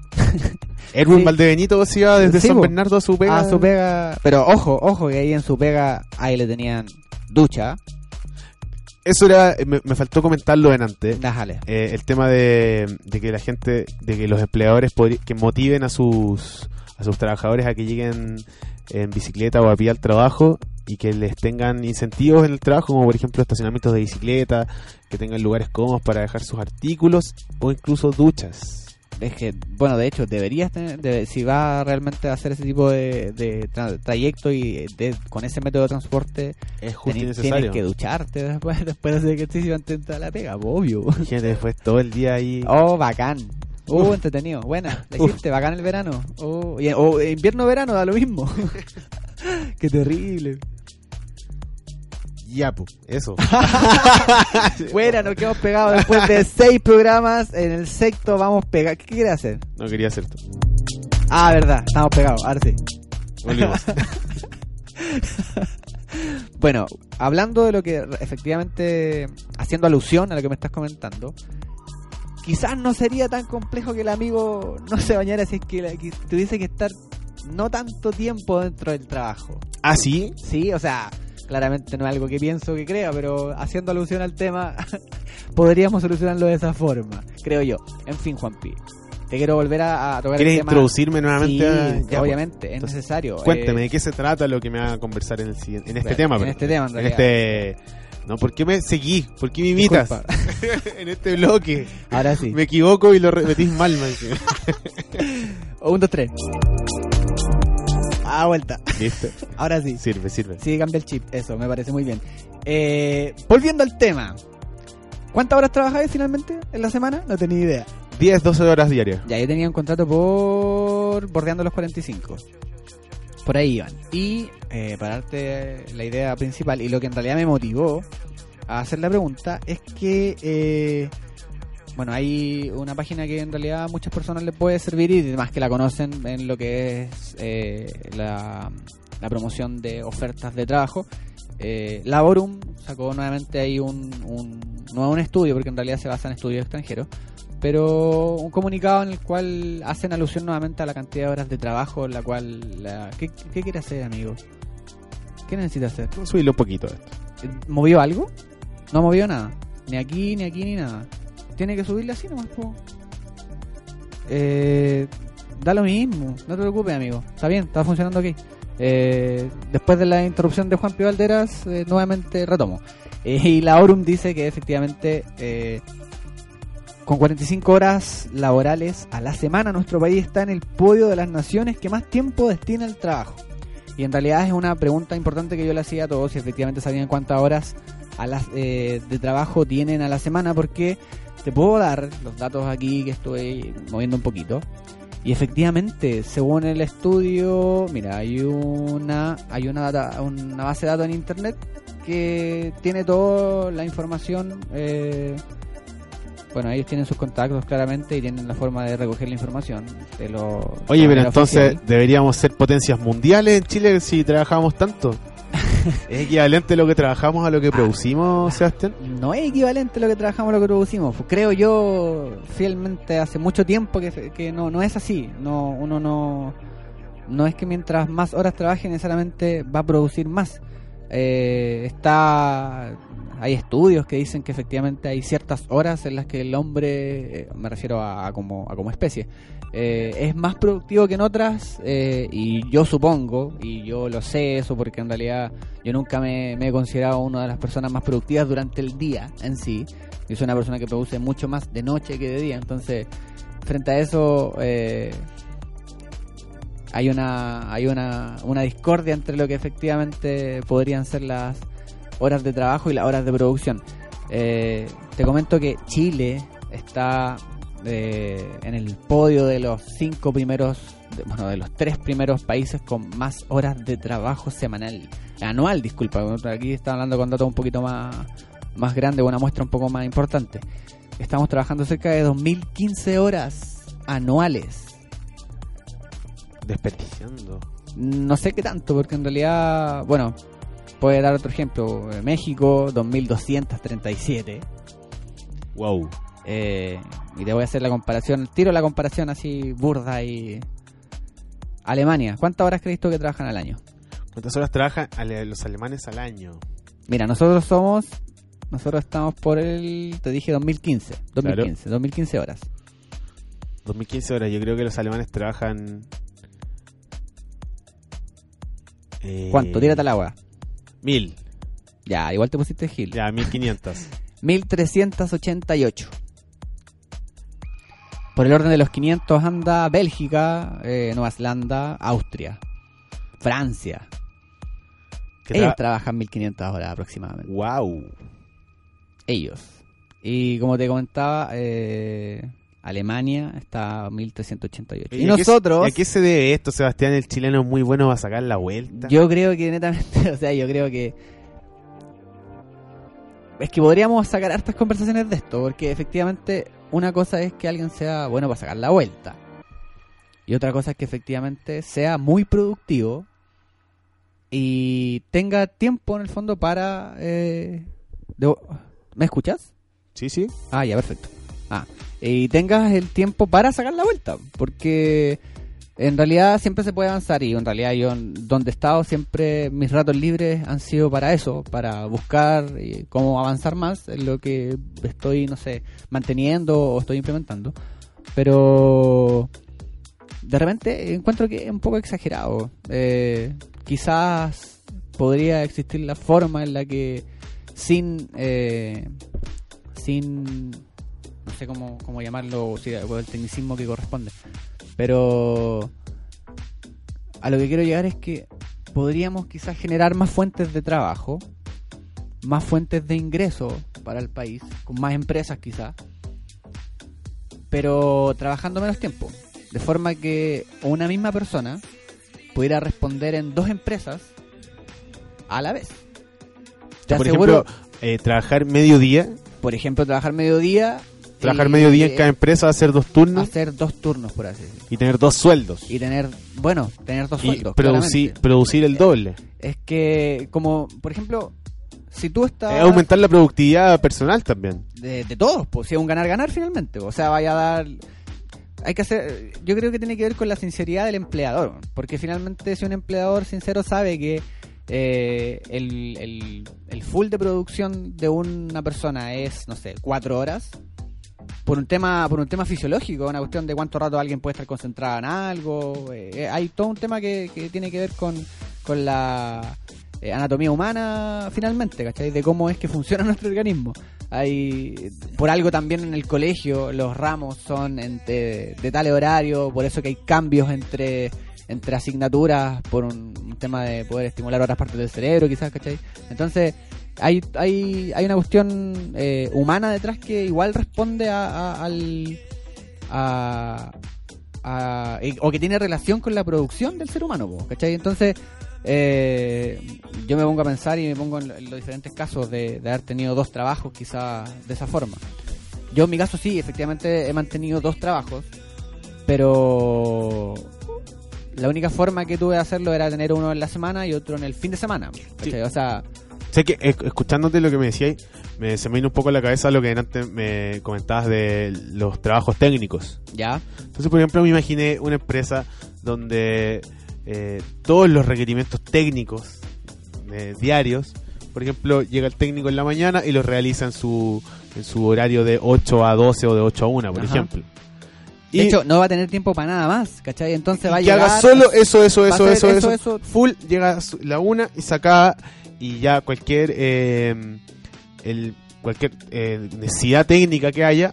Erwin Sí. Valdebenito se iba desde Sí, San po. Bernardo a su pega. A su pega. Pero ojo, ojo, que ahí en su pega, ahí le tenían ducha. Eso era, me, me faltó comentarlo en antes. Déjale. Eh, el tema de, de que la gente, de que los empleadores podri- que motiven a sus a sus trabajadores a que lleguen en bicicleta o a pie al trabajo y que les tengan incentivos en el trabajo, como por ejemplo estacionamientos de bicicleta, que tengan lugares cómodos para dejar sus artículos o incluso duchas. Es que, bueno, de hecho, deberías tener, debe- si va realmente a hacer ese tipo de, de tra- trayecto y de, con ese método de transporte, Es justo y teni- necesario. tienes que ducharte después, después de hacer ejercicio antes de entrar a la pega, obvio. Gente, después todo el día ahí. Oh, bacán. Uh, Uf. entretenido. Buena. La Uf. hiciste, bacán el verano. Oh, y- o invierno-verano, da lo mismo. Qué terrible. Ya, pues, eso. Bueno, nos quedamos pegados después de seis programas. En el sexto vamos pegados. ¿Qué quieres hacer? No quería hacer esto. Ah, verdad, estamos pegados. Ahora sí. Volvimos. Bueno, hablando de lo que efectivamente, haciendo alusión a lo que me estás comentando, quizás no sería tan complejo que el amigo no se bañara si es que, la, que tuviese que estar no tanto tiempo dentro del trabajo. ¿Ah, sí? Sí, o sea, claramente no es algo que pienso que crea, pero haciendo alusión al tema, podríamos solucionarlo de esa forma, creo yo. En fin, Juanpi, te quiero volver a, a tocar el ¿Quieres tema. introducirme nuevamente? Sí, a... ya, obviamente, pues. es Entonces, necesario. Cuéntame, eh, ¿de qué se trata lo que me va a conversar en, el siguiente, en este bueno, tema? En pero, este tema, en en realidad. este... No, ¿por qué me seguí? ¿Por qué me imitas? Disculpa. En este bloque. Ahora sí. Me equivoco y lo repetís mal, man. Un, dos, tres. Ah, vuelta. ¿Viste? Ahora sí. Sirve, sirve. Sí, cambia el chip. Eso, me parece muy bien. Eh, volviendo al tema. ¿Cuántas horas trabajáis finalmente en la semana? No tenía idea. diez, doce horas diarias. Ya, yo tenía un contrato por bordeando los cuarenta y cinco. Por ahí iban. Y eh, para darte la idea principal y lo que en realidad me motivó a hacer la pregunta es que, eh, bueno, hay una página que en realidad a muchas personas les puede servir y demás que la conocen en lo que es eh, la, la promoción de ofertas de trabajo. Eh, Laborum sacó nuevamente ahí un, un, no un estudio, porque en realidad se basa en estudios extranjeros, pero un comunicado en el cual hacen alusión nuevamente a la cantidad de horas de trabajo en la cual... La... ¿Qué, ¿Qué quiere hacer, amigo? ¿Qué necesita hacer? Subirle un poquito a esto. ¿Movió algo? No movió nada. Ni aquí, ni aquí, ni nada. Tiene que subirle así nomás, po. Eh, da lo mismo. No te preocupes, amigo. Está bien, está funcionando aquí. Eh, después de la interrupción de Juan Pío Valderas, eh, nuevamente retomo. Eh, y la Orum dice que efectivamente... Eh, con cuarenta y cinco horas laborales a la semana, nuestro país está en el podio de las naciones que más tiempo destina al trabajo. Y en realidad es una pregunta importante que yo le hacía a todos, si efectivamente sabían cuántas horas a las, eh, de trabajo tienen a la semana, porque te puedo dar los datos aquí que estoy moviendo un poquito. Y efectivamente, según el estudio, mira, hay una hay una, data, una base de datos en internet que tiene toda la información. Eh, Bueno, ellos tienen sus contactos claramente y tienen la forma de recoger la información. De lo, Oye, de pero la entonces oficial. deberíamos ser potencias mundiales en Chile si trabajamos tanto. ¿Es equivalente lo que trabajamos a lo que producimos, Sebastián? No es equivalente lo que trabajamos a lo que producimos. Creo yo fielmente hace mucho tiempo que, que no, no es así. No, uno no, no es que mientras más horas trabaje necesariamente va a producir más. Eh, está... Hay estudios que dicen que efectivamente hay ciertas horas en las que el hombre, eh, me refiero a, a, como, a como especie, eh, es más productivo que en otras, eh, y yo supongo, y yo lo sé eso porque en realidad yo nunca me, me he considerado una de las personas más productivas durante el día en sí. Yo soy una persona que produce mucho más de noche que de día, entonces frente a eso eh, hay una hay una, una discordia entre lo que efectivamente podrían ser las horas de trabajo y las horas de producción. Eh, te comento que Chile está eh, en el podio de los cinco primeros, de, bueno, de los tres primeros países con más horas de trabajo semanal, anual, disculpa. Aquí estamos hablando con datos un poquito más, más grandes, una muestra un poco más importante. Estamos trabajando cerca de dos mil quince horas anuales. Desperdiciando. No sé qué tanto, porque en realidad, bueno, puede dar otro ejemplo. México, dos mil doscientos treinta y siete. Wow. Eh, y te voy a hacer la comparación, tiro la comparación así burda y... Alemania, ¿cuántas horas crees tú que trabajan al año? ¿Cuántas horas trabajan ale- los alemanes al año? Mira, nosotros somos, nosotros estamos por el, te dije dos mil quince, dos mil quince, Claro. dos mil quince horas. dos mil quince horas, yo creo que los alemanes trabajan... Eh, ¿Cuánto? Tírate al agua. Mil. Ya, igual te pusiste Gil. Ya, mil quinientos. mil trescientos ochenta y ocho. Por el orden de los quinientos anda Bélgica, eh, Nueva Zelanda, Austria, Francia. Que Ellos tra- trabajan mil quinientas horas aproximadamente. Wow. Ellos. Y como te comentaba, eh, Alemania está a mil trescientos ochenta y ocho. Y, ¿Y a qué- nosotros, ¿Y a qué se debe esto, Sebastián? El chileno es muy bueno para sacar la vuelta. yo creo que netamente, o sea, yo creo que es que podríamos sacar hartas conversaciones de esto, porque efectivamente una cosa es que alguien sea bueno para sacar la vuelta. Y otra cosa es que efectivamente sea muy productivo y tenga tiempo en el fondo para... Eh, de, ¿me escuchas? Sí, sí. Ah, ya, perfecto. Ah, y tengas el tiempo para sacar la vuelta, porque en realidad siempre se puede avanzar y en realidad yo donde he estado siempre mis ratos libres han sido para eso, para buscar eh, cómo avanzar más en lo que estoy, no sé, manteniendo o estoy implementando. Pero... de repente encuentro que es un poco exagerado. Eh, quizás podría existir la forma en la que sin eh, sin no sé cómo, cómo llamarlo, si, el tecnicismo que corresponde, pero a lo que quiero llegar es que podríamos quizás generar más fuentes de trabajo, más fuentes de ingreso para el país, con más empresas quizás, pero trabajando menos tiempo. De forma que una misma persona pudiera responder en dos empresas a la vez. Te Por aseguro, ejemplo, eh, trabajar mediodía, por ejemplo, trabajar mediodía. trabajar y, mediodía en eh, cada empresa, hacer dos turnos hacer dos turnos, por así decirlo. y tener dos sueldos. Y tener, bueno, tener dos Y sueldos. producir, claramente. producir el doble. Es que, como, por ejemplo, si tú estás... Eh, aumentar la productividad personal también. de, de todos, pues, si es un ganar-ganar finalmente. O sea, vaya a dar... Hay que hacer, yo creo que tiene que ver con la sinceridad del empleador, porque finalmente si un empleador sincero sabe que eh, el, el, el full de producción de una persona es, no sé, cuatro horas, por un tema por un tema fisiológico, una cuestión de cuánto rato alguien puede estar concentrado en algo, eh, hay todo un tema que, que tiene que ver con, con la eh, anatomía humana finalmente, ¿cachai? De cómo es que funciona nuestro organismo. Hay, por algo también en el colegio los ramos son en, de, de tal horario, por eso que hay cambios entre entre asignaturas por un, un tema de poder estimular otras partes del cerebro quizás, ¿cachai? Entonces hay hay hay una cuestión eh, humana detrás que igual responde a, a al a, a, o que tiene relación con la producción del ser humano, ¿cachai? Entonces Eh, yo me pongo a pensar y me pongo en, en los diferentes casos de, de haber tenido dos trabajos quizá de esa forma. Yo en mi caso sí, efectivamente he mantenido dos trabajos, pero la única forma que tuve de hacerlo era tener uno en la semana y otro en el fin de semana, Sí. o sea, Sé que eh, escuchándote lo que me decías, me, se me vino un poco a la cabeza lo que antes me comentabas de los trabajos técnicos. ya, Entonces, por ejemplo, me imaginé una empresa donde eh, todos los requerimientos técnicos eh, diarios, por ejemplo, llega el técnico en la mañana y los realiza en su, en su horario de ocho a doce o de ocho a una, por Ajá. ejemplo. de Y hecho no va a tener tiempo para nada más, ¿cachai? Entonces va a que llegar haga solo eso, eso, va a eso, hacer eso, eso, eso, eso. full, llega a su- la una y saca y ya cualquier eh, el cualquier eh, necesidad técnica que haya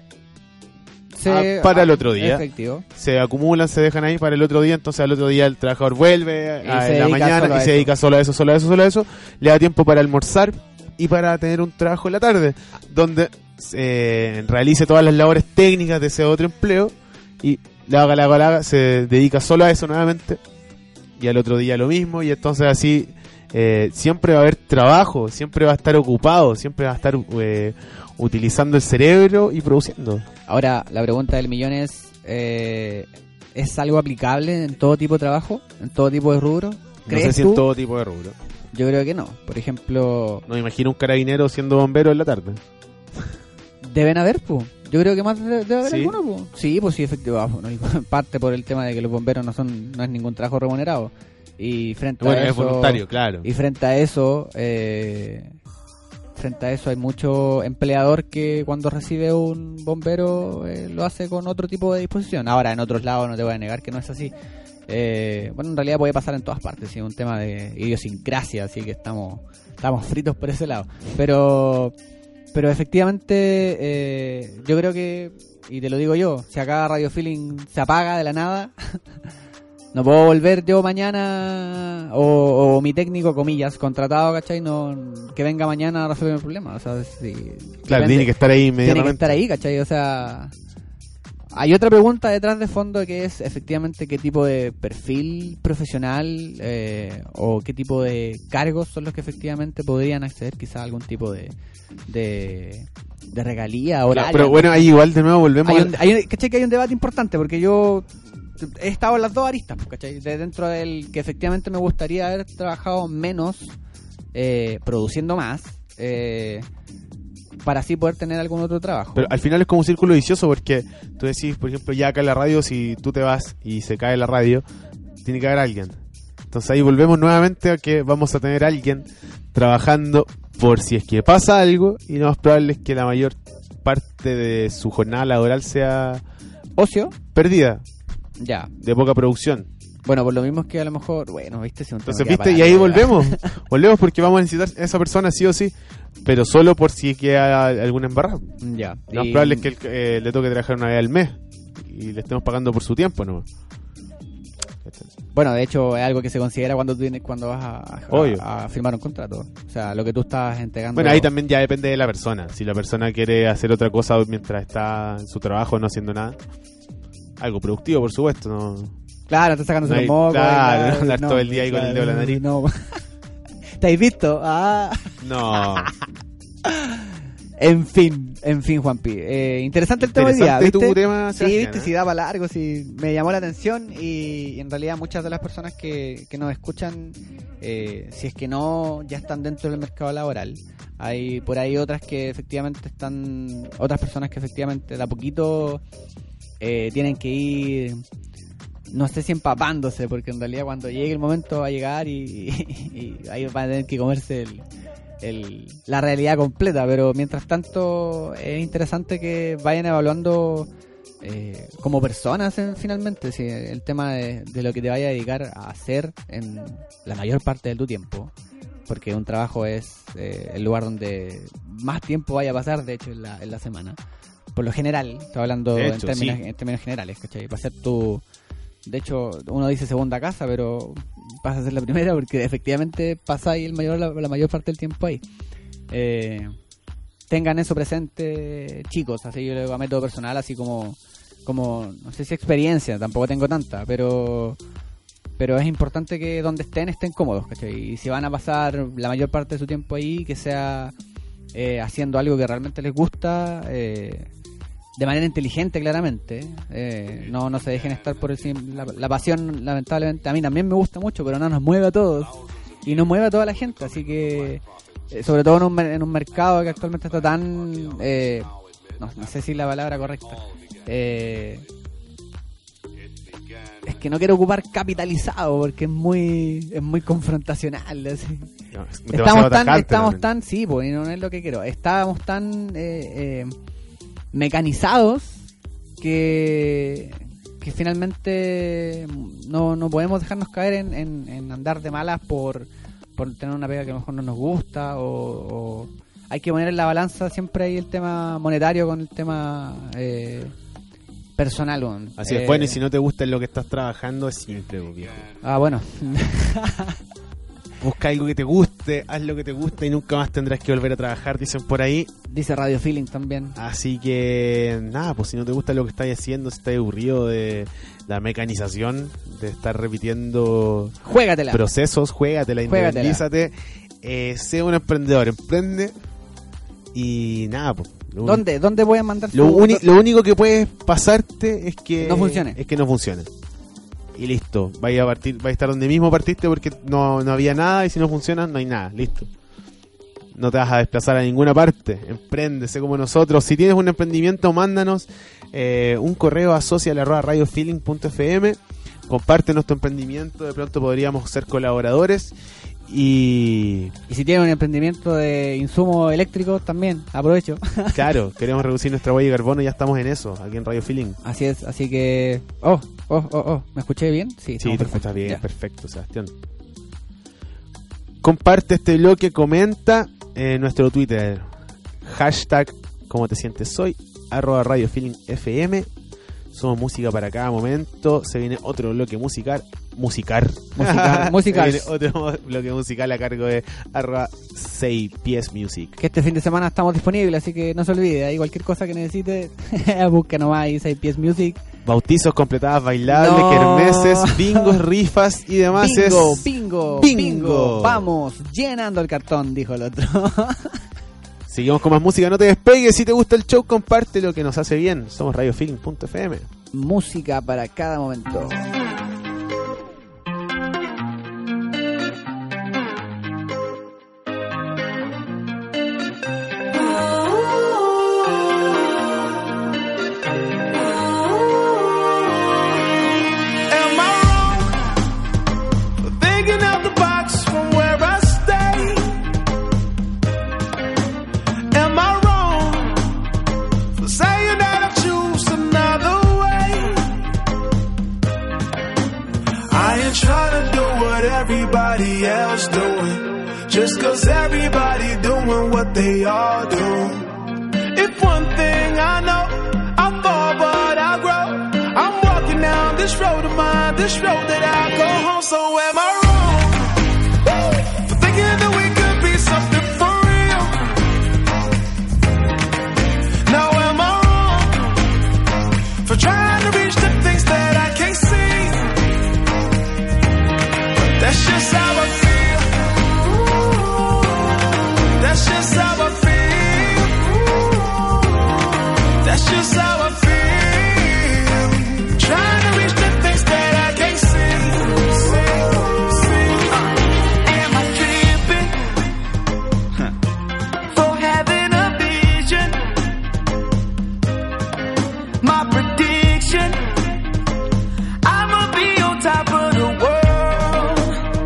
se- ah, para el otro día. efectivo. se acumulan, se dejan ahí para el otro día, entonces al otro día el trabajador vuelve Y a, se en la dedica mañana solo a y se eso. dedica solo a eso, solo a eso, solo a eso, le da tiempo para almorzar y para tener un trabajo en la tarde, donde eh, realice todas las labores técnicas de ese otro empleo y la haga, la haga, la haga, se dedica solo a eso nuevamente y al otro día lo mismo y entonces así eh, siempre va a haber trabajo, siempre va a estar ocupado, siempre va a estar eh, utilizando el cerebro y produciendo. Ahora, la pregunta del millón es, eh, ¿es algo aplicable en todo tipo de trabajo? ¿En todo tipo de rubro? No ¿Crees sé si tú? en todo tipo de rubro. Yo creo que no. Por ejemplo, No me imagino un carabinero siendo bombero en la tarde. deben haber, pues. Yo creo que más de- debe haber ¿Sí? alguno, pues. Sí, pues sí, efectivamente. Bueno, en parte por el tema de que los bomberos no son no es ningún trabajo remunerado. Y frente Bueno, a es eso... voluntario, claro. Y frente a eso, eh, frente a eso hay mucho empleador que cuando recibe un bombero eh, lo hace con otro tipo de disposición. Ahora, en otros lados no te voy a negar que no es así. Eh, bueno, en realidad puede pasar en todas partes, sí, es un tema de idiosincrasia, así que estamos estamos fritos por ese lado. Pero pero efectivamente eh, yo creo que, y te lo digo yo, si acá Radio Feeling se apaga de la nada... No puedo volver yo mañana o, o mi técnico, comillas, contratado, ¿cachai? No, que venga mañana a resolver el problema. O sea, si, Claro, depende- tiene que estar ahí tiene que inmediatamente. estar ahí, ¿cachai? O sea, hay otra pregunta detrás de fondo que es efectivamente qué tipo de perfil profesional eh, o qué tipo de cargos son los que efectivamente podrían acceder quizás a algún tipo de de, de regalía horaria. Pero bueno, ahí igual de nuevo volvemos hay al- un, hay un- ¿cachai? Que hay un debate importante porque yo he estado en las dos aristas, pues, ¿cachai? De dentro del que efectivamente me gustaría haber trabajado menos, eh, produciendo más, eh, para así poder tener algún otro trabajo. Pero al final es como un círculo vicioso porque tú decís, por ejemplo, ya acá en la radio, si tú te vas y se cae la radio, tiene que haber alguien. Entonces ahí volvemos nuevamente a que vamos a tener alguien trabajando por si es que pasa algo, y lo más probable es que la mayor parte de su jornada laboral sea Ocio, perdida, ya. de poca producción. Bueno, por lo mismo es que a lo mejor, bueno, viste, si un tema Entonces, que viste, para y ahí la- volvemos. Volvemos porque vamos a necesitar a esa persona sí o sí, pero solo por si queda alguna embarrada. Ya. Lo más Y- probable es que él, eh, le toque trabajar una vez al mes y le estemos pagando por su tiempo, ¿no? Bueno, de hecho es algo que se considera cuando tú tienes, cuando vas a, a- Obvio. a firmar un contrato. O sea, lo que tú estás entregando. Bueno, ahí también ya depende de la persona. Si la persona quiere hacer otra cosa mientras está en su trabajo no haendo nada, algo productivo, por supuesto, no. Claro, estás sacándose No hay- los mocos. claro, y andar todo el día ahí con el dedo en la nariz. No. ¿Te has visto? Ah. No. En fin, en fin, Juanpi. Eh, interesante el tema hoy día, Interesante ¿viste? tu tema, Sí, Sebastián, viste, ¿eh? sí daba largo, sí, me llamó la atención y, y en realidad muchas de las personas que, que nos escuchan, eh, si es que no ya están dentro del mercado laboral, hay por ahí otras que efectivamente están, otras personas que efectivamente de a poquito eh, tienen que ir, no sé si empapándose, porque en realidad cuando llegue el momento va a llegar y, y, y ahí van a tener que comerse el... El, la realidad completa, pero mientras tanto es interesante que vayan evaluando eh, como personas en- finalmente, si el tema de, de lo que te vaya a dedicar a hacer en la mayor parte de tu tiempo, porque un trabajo es eh, el lugar donde más tiempo vaya a pasar, de hecho, en la, en la semana, por lo general, estoy hablando De en, hecho, términos, sí. en términos generales, ¿cachai? Va a ser tu... De hecho, uno dice segunda casa, pero pasa a ser la primera porque efectivamente pasa ahí el mayor, la, la mayor parte del tiempo ahí. Eh, tengan eso presente, chicos, así yo le digo a método personal, así como, como, no sé si experiencia, tampoco tengo tanta, pero pero es importante que donde estén, estén cómodos, ¿cachai? Y si van a pasar la mayor parte de su tiempo ahí, que sea eh, haciendo algo que realmente les gusta, eh, de manera inteligente, claramente. Eh, no, no se dejen estar por el sim- la, la pasión, lamentablemente, a mí también me gusta mucho, pero no nos mueve a todos. Y nos mueve a toda la gente, así que, eh, sobre todo en un, mer- en un mercado que actualmente está tan... Eh, no, no sé si es la palabra correcta. Eh, es que no quiero ocupar capitalizado, porque es muy es muy confrontacional. Así. No, es demasiado Estamos tan, tajante estamos también. tan, sí, pues, y no es lo que quiero. Estábamos tan eh, eh, mecanizados que que finalmente no, no podemos dejarnos caer en, en, en andar de malas por, por tener una pega que a lo mejor no nos gusta, o, o hay que poner en la balanza siempre ahí el tema monetario con el tema eh, personal. weón. Así Eh, es, bueno, y si no te gusta lo que estás trabajando, es simple, pues, viejo. Ah, bueno. Busca algo que te guste, haz lo que te gusta y nunca más tendrás que volver a trabajar, dicen por ahí. Dice Radio Feeling también. Así que, nada, pues si no te gusta lo que estás haciendo, si estás aburrido de la mecanización, de estar repitiendo Juégatela. procesos, juégatela, Juégatela. independízate, eh, sé un emprendedor, emprende y nada, pues. Lo un- ¿Dónde, ¿Dónde voy a mandar Lo, su- uni- lo único que puede pasarte es que No funcione. Es que no funcione. Y listo, vaya a partir, vaya a estar donde mismo partiste porque no, no había nada, y si no funciona no hay nada, listo. No te vas a desplazar a ninguna parte. Emprende, sé como nosotros. Si tienes un emprendimiento, mándanos eh, un correo a social arroba radiofeeling punto f m. Comparte nuestro emprendimiento, de pronto podríamos ser colaboradores. Y Y si tienen un emprendimiento de insumos eléctricos, también aprovecho. claro, queremos reducir nuestra huella de carbono, ya estamos en eso, aquí en Radio Feeling. Así es, así que... Oh, oh, oh, oh. ¿Me escuché bien? Sí, Sí, estamos te perfectos. escuchas bien, Ya. perfecto, Sebastián. Comparte este bloque, comenta en nuestro Twitter, hashtag como te sientes hoy, arroba Radio Feeling F M. Somos música para cada momento, se viene otro bloque musical musicar. Musical, musical. Viene otro bloque musical a cargo de arroba seis pies music. Que este fin de semana estamos disponibles, así que no se olvide, ahí cualquier cosa que necesite, busca nomás ahí seis pies music. Bautizos, completadas bailables, No. kermeses, bingos, rifas y demás. Bingo, es... bingo, bingo. bingo, vamos, llenando el cartón, dijo el otro. Seguimos con más música, no te despegues. Si te gusta el show, comparte lo que nos hace bien. Somos radio feeling punto f m. Música para cada momento. Am I wrong for thinking out the box from where I stay? Am I wrong for saying that I choose another way? I ain't trying to do what everybody else doing, just cause everybody doing what they all do. If one thing I know, I fall but I grow. I'm walking down this road of mine, this road that I go home. So am I wrong for thinking that we could be something for real? Now am I wrong for trying to reach the things that I can't see? But that's just how I feel. That's just how I feel. That's just how I feel. Trying to reach the things that I can't see. See, see. Uh, am I tripping for having a vision? My prediction, I'ma be on top of the world.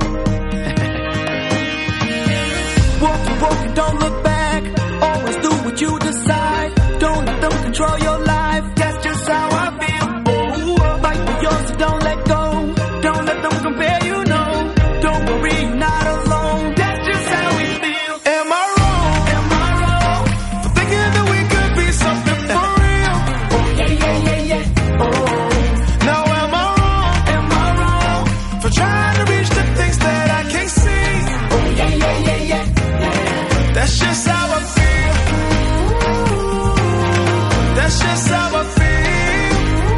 Walk and walk and don't look back. Always do what you decide. Don't let them control your life. That's just how I feel. Oh, fight for yours, so don't let go. Don't let them compare you, no. Don't worry, you're not alone. That's just how we feel. Am I wrong? Am I wrong for thinking that we could be something for real? Oh yeah, yeah, yeah, yeah. Oh. Now am I wrong? Am I wrong for trying to reach the things that I can't see? Oh yeah, yeah, yeah, yeah. That's just how I feel. That's just how I feel.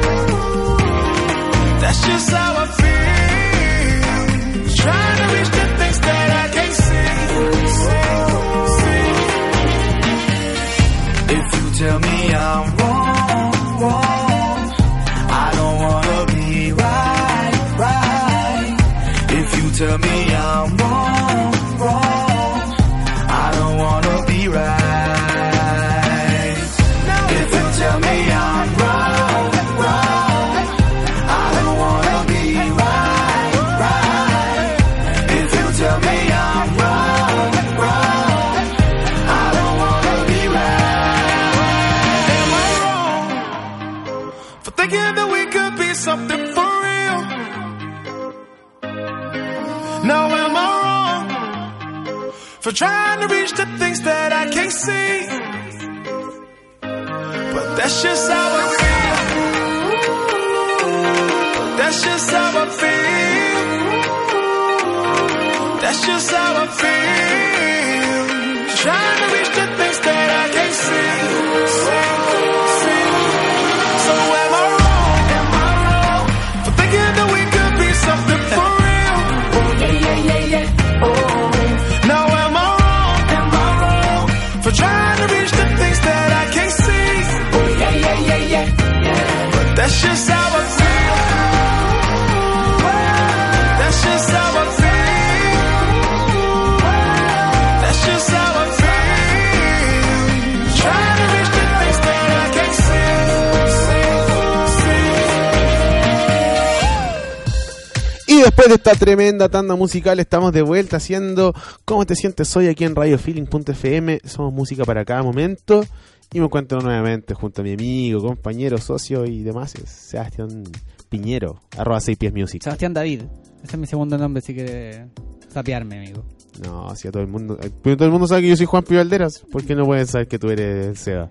That's just how I feel. Trying to reach the things that I can't see. See, see. If you tell me I'm wrong, wrong, I don't wanna be right, right. If you tell me I'm wrong, wrong, I don't wanna be right. If you tell me I'm wrong, wrong, I don't wanna be right, right. If you tell me I'm wrong, wrong, I don't wanna be right. Am I wrong for thinking that we could be something for real? Now am I wrong for trying to reach the things that I can't see? But that's just how I feel. That's just how I feel. That's just how I feel. Trying to reach the things that I can't see. See, see. So am I wrong? Am I wrong for thinking that we could be something for real? Oh yeah, yeah, yeah, yeah. Oh. Now am I wrong? Am I wrong for trying to reach the things that I can't see? Oh yeah, yeah, yeah, yeah, yeah. But that's just how I feel. That's just how I feel. That's just how I feel. Trying to reach the things that I can't see. See, see. Y después de esta tremenda tanda musical, estamos de vuelta haciendo ¿Cómo te sientes hoy? Aquí en radio feeling punto f m. Somos música para cada momento. Y me encuentro nuevamente junto a mi amigo, compañero, socio y demás, Sebastián Piñero, arroba seis pies music. Sebastián David, ese es mi segundo nombre si quiere sapearme, amigo. No, si a todo el mundo, eh, todo el mundo sabe que yo soy Juan Pío Valderas, ¿por qué no pueden saber que tú eres Seba?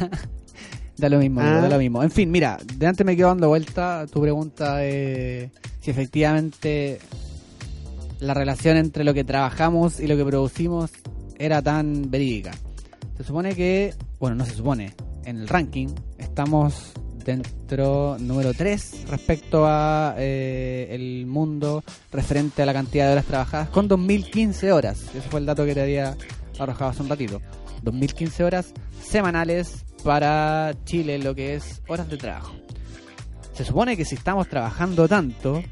Da lo mismo, amigo, Ah. da lo mismo. En fin, mira, de antes me quedo dando vuelta tu pregunta de si efectivamente la relación entre lo que trabajamos y lo que producimos era tan verídica. Se supone que, bueno, no se supone, en el ranking estamos dentro número tres respecto a eh, el mundo referente a la cantidad de horas trabajadas, con dos mil quince horas. Ese fue el dato que te había arrojado hace un ratito. dos mil quince horas semanales para Chile, lo que es horas de trabajo. Se supone que si estamos trabajando tanto,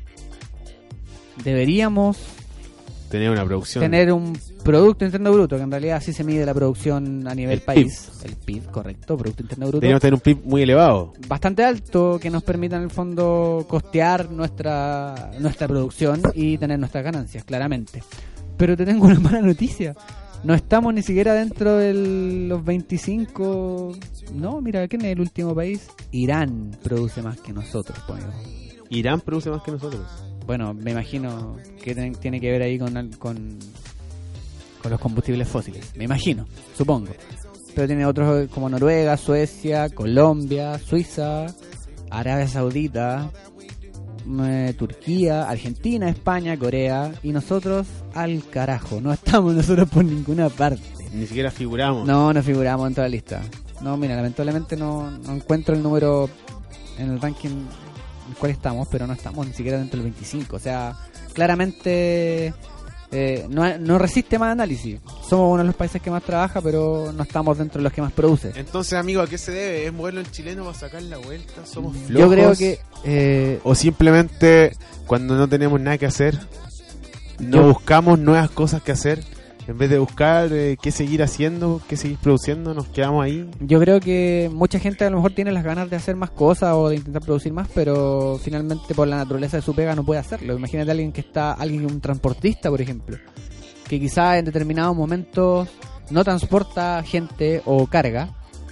deberíamos tener una producción, tener un Producto Interno Bruto, que en realidad así se mide la producción a nivel el país. P I B. El P I B, correcto, Producto Interno Bruto. Deberíamos tener un P I B muy elevado. Bastante alto, que nos permita en el fondo costear nuestra nuestra producción y tener nuestras ganancias, claramente. Pero te tengo una mala noticia. No estamos ni siquiera dentro de los veinticinco... No, mira, ¿quién es el último país? Irán produce más que nosotros, ponemos. Irán produce más que nosotros. Bueno, me imagino que ten- tiene que ver ahí con, al- con con los combustibles fósiles. Me imagino, supongo. Pero tiene otros como Noruega, Suecia, Colombia, Suiza, Arabia Saudita, eh, Turquía, Argentina, España, Corea. Y nosotros, al carajo. No estamos nosotros por ninguna parte. Ni siquiera figuramos. No, no figuramos en toda la lista. No, mira, lamentablemente no, no encuentro el número en el ranking en el cual estamos, pero no estamos ni siquiera dentro del veinticinco. O sea, claramente eh, no, no resiste más análisis. Somos uno de los países que más trabaja, pero no estamos dentro de los que más produce. Entonces, amigo, ¿a qué se debe? ¿Es moverlo en chileno para sacar la vuelta? ¿Somos flojos? Yo creo que... Eh, ¿O simplemente cuando no tenemos nada que hacer, no Yo- buscamos nuevas cosas que hacer? En vez de buscar eh, qué seguir haciendo, qué seguir produciendo, nos quedamos ahí. Yo creo que mucha gente a lo mejor tiene las ganas de hacer más cosas o de intentar producir más, pero finalmente por la naturaleza de su pega no puede hacerlo. Imagínate a alguien que está, alguien un transportista, por ejemplo, que quizás en determinados momentos no transporta gente o carga,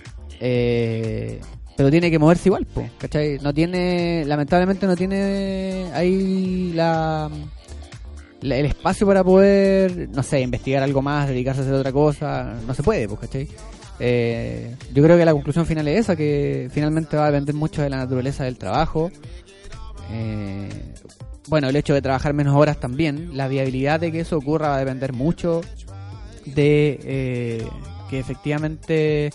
eh, pero tiene que moverse igual, po, ¿cachai? No tiene, lamentablemente no tiene ahí la... la- el espacio para poder, no sé, investigar algo más, dedicarse a hacer otra cosa, no se puede, pues, ¿cachai? Eh, yo creo que la conclusión final es esa, que finalmente va a depender mucho de la naturaleza del trabajo. Eh, bueno, el hecho de trabajar menos horas también, la viabilidad de que eso ocurra va a depender mucho de eh, que efectivamente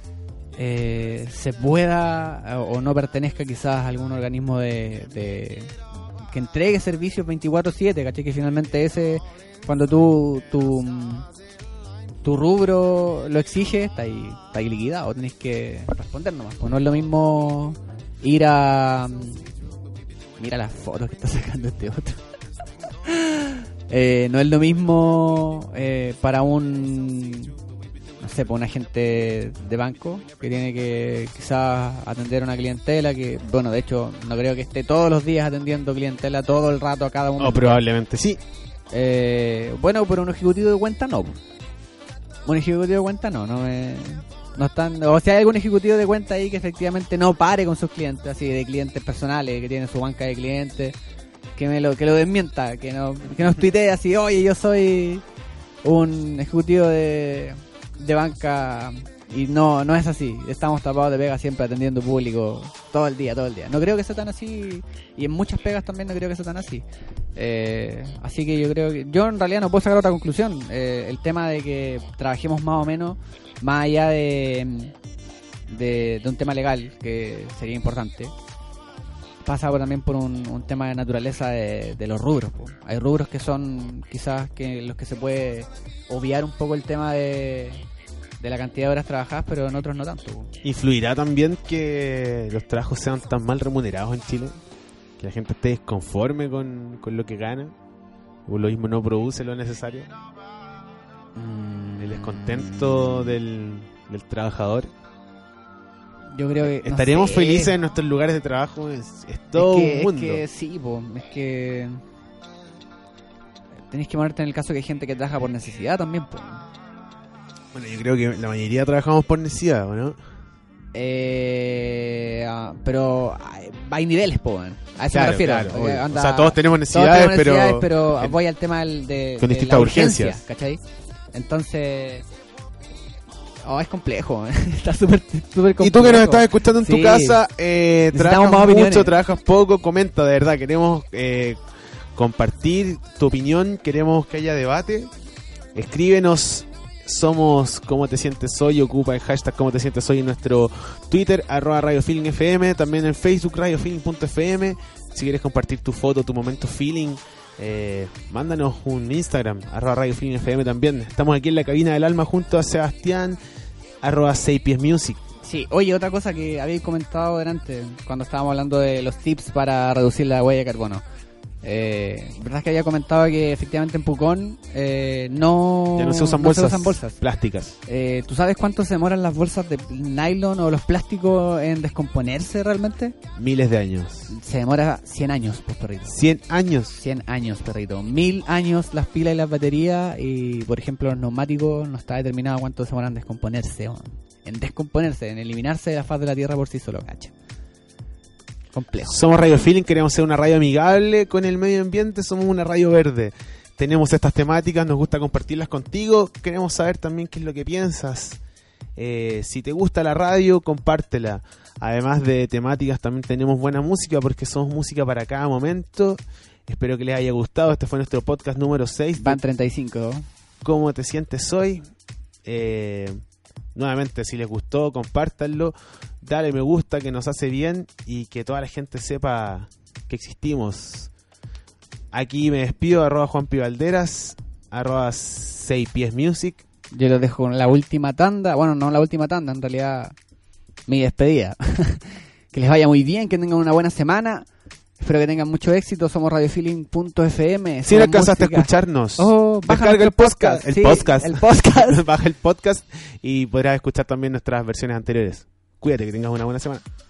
eh, se pueda o no pertenezca quizás a algún organismo de... de que entregue servicios veinticuatro siete, ¿cachai? Que finalmente ese, cuando tú tu, tu rubro lo exige, está ahí, está ahí liquidado, tenés que responder nomás. O no es lo mismo ir a... Mira las fotos que está sacando este otro. eh, no es lo mismo eh, para un... no sé, para un agente de banco que tiene que quizás atender a una clientela que, bueno, de hecho, no creo que esté todos los días atendiendo clientela todo el rato a cada uno. O probablemente sí. Eh, bueno, pero un ejecutivo de cuenta no. Un ejecutivo de cuenta no, no me... No están, o sea, hay algún ejecutivo de cuenta ahí que efectivamente no pare con sus clientes, así de clientes personales, que tienen su banca de clientes, que me lo que lo desmienta, que no que nos tuitee así, oye, yo soy un ejecutivo de, de banca y no no es así. Estamos tapados de pega siempre atendiendo público todo el día, todo el día. No creo que sea tan así y en muchas pegas también no creo que sea tan así. Eh, así que yo creo que yo en realidad no puedo sacar otra conclusión. Eh, el tema de que trabajemos más o menos más allá de, de, de un tema legal que sería importante, pasa por- también por un, un tema de naturaleza de, de los rubros, po. Hay rubros que son quizás que los que se puede obviar un poco el tema de, de la cantidad de horas trabajadas, pero en otros no tanto, po. ¿Influirá también que los trabajos sean tan mal remunerados en Chile? Que la gente esté disconforme con, con lo que gana, o lo mismo no produce lo necesario. El descontento del, del trabajador. Yo creo que no ¿Estaríamos sé. felices en nuestros lugares de trabajo? Es, es todo es que, un mundo. Es que sí, po, es que tenéis que ponerte en el caso que hay gente que trabaja por necesidad también, po. Bueno, yo creo que la mayoría trabajamos por necesidad, ¿o no? Eh, ah, pero hay, hay niveles, po, man. A eso Claro, me refiero. claro, Porque obvio. anda- O sea, todos tenemos todos necesidades, tenemos necesidades, pero... pero voy al tema del- de, con de distintas la urgencia, urgencias. ¿cachai? Entonces, Oh, es complejo, está súper súper complejo. Y tú que nos estás escuchando en tu Sí. casa, eh, Necesitamos trabajas más opiniones. mucho, trabajas poco, comenta, de verdad, queremos eh, compartir tu opinión, queremos que haya debate. Escríbenos, somos Cómo Te Sientes Hoy, ocupa el hashtag Cómo Te Sientes Hoy en nuestro Twitter, arroba Radio Feeling F M, también en Facebook, radio feeling punto f m. Si quieres compartir tu foto, tu momento feeling, eh, mándanos un Instagram, arroba Radio Feeling F M también. Estamos aquí en la cabina del alma junto a Sebastián, arroba Seipies Music. Sí, oye, otra cosa que habéis comentado delante, cuando estábamos hablando de los tips para reducir la huella de carbono. Eh, verdad es que había comentado que efectivamente en Pucón eh, no, Ya no se usan no bolsas, se usan bolsas. plásticas. Eh, ¿Tú sabes cuánto se demoran las bolsas de nylon o los plásticos en descomponerse realmente? Miles de años. Se demora cien años, pues, perrito. cien años. cien años, perrito. Mil años las pilas y las baterías. Y, por ejemplo, los neumáticos no está determinado cuánto se demoran en descomponerse. ¿no? En descomponerse, en eliminarse de la faz de la Tierra por sí solo, cacha. Complejo. Somos Radio Feeling, queremos ser una radio amigable con el medio ambiente, somos una radio verde. Tenemos estas temáticas, nos gusta compartirlas contigo, queremos saber también qué es lo que piensas. Eh, si te gusta la radio, compártela. Además de temáticas, también tenemos buena música porque somos música para cada momento. Espero que les haya gustado. Este fue nuestro podcast número seis. Van treinta y cinco. ¿Cómo te sientes hoy? Eh, nuevamente, si les gustó, compártanlo. Dale me gusta, que nos hace bien y que toda la gente sepa que existimos. Aquí me despido, arroba Juan Pi Valderas, arroba Seipies Music. Yo los dejo con la última tanda. Bueno, no la última tanda, en realidad mi despedida. Que les vaya muy bien, que tengan una buena semana. Espero que tengan mucho éxito. Somos radio feeling punto f m. Si no alcanzaste a escucharnos, oh, baja descarga el podcast. El Sí, podcast. el podcast. Baja el podcast y podrás escuchar también nuestras versiones anteriores. Cuídate, que tengas una buena semana.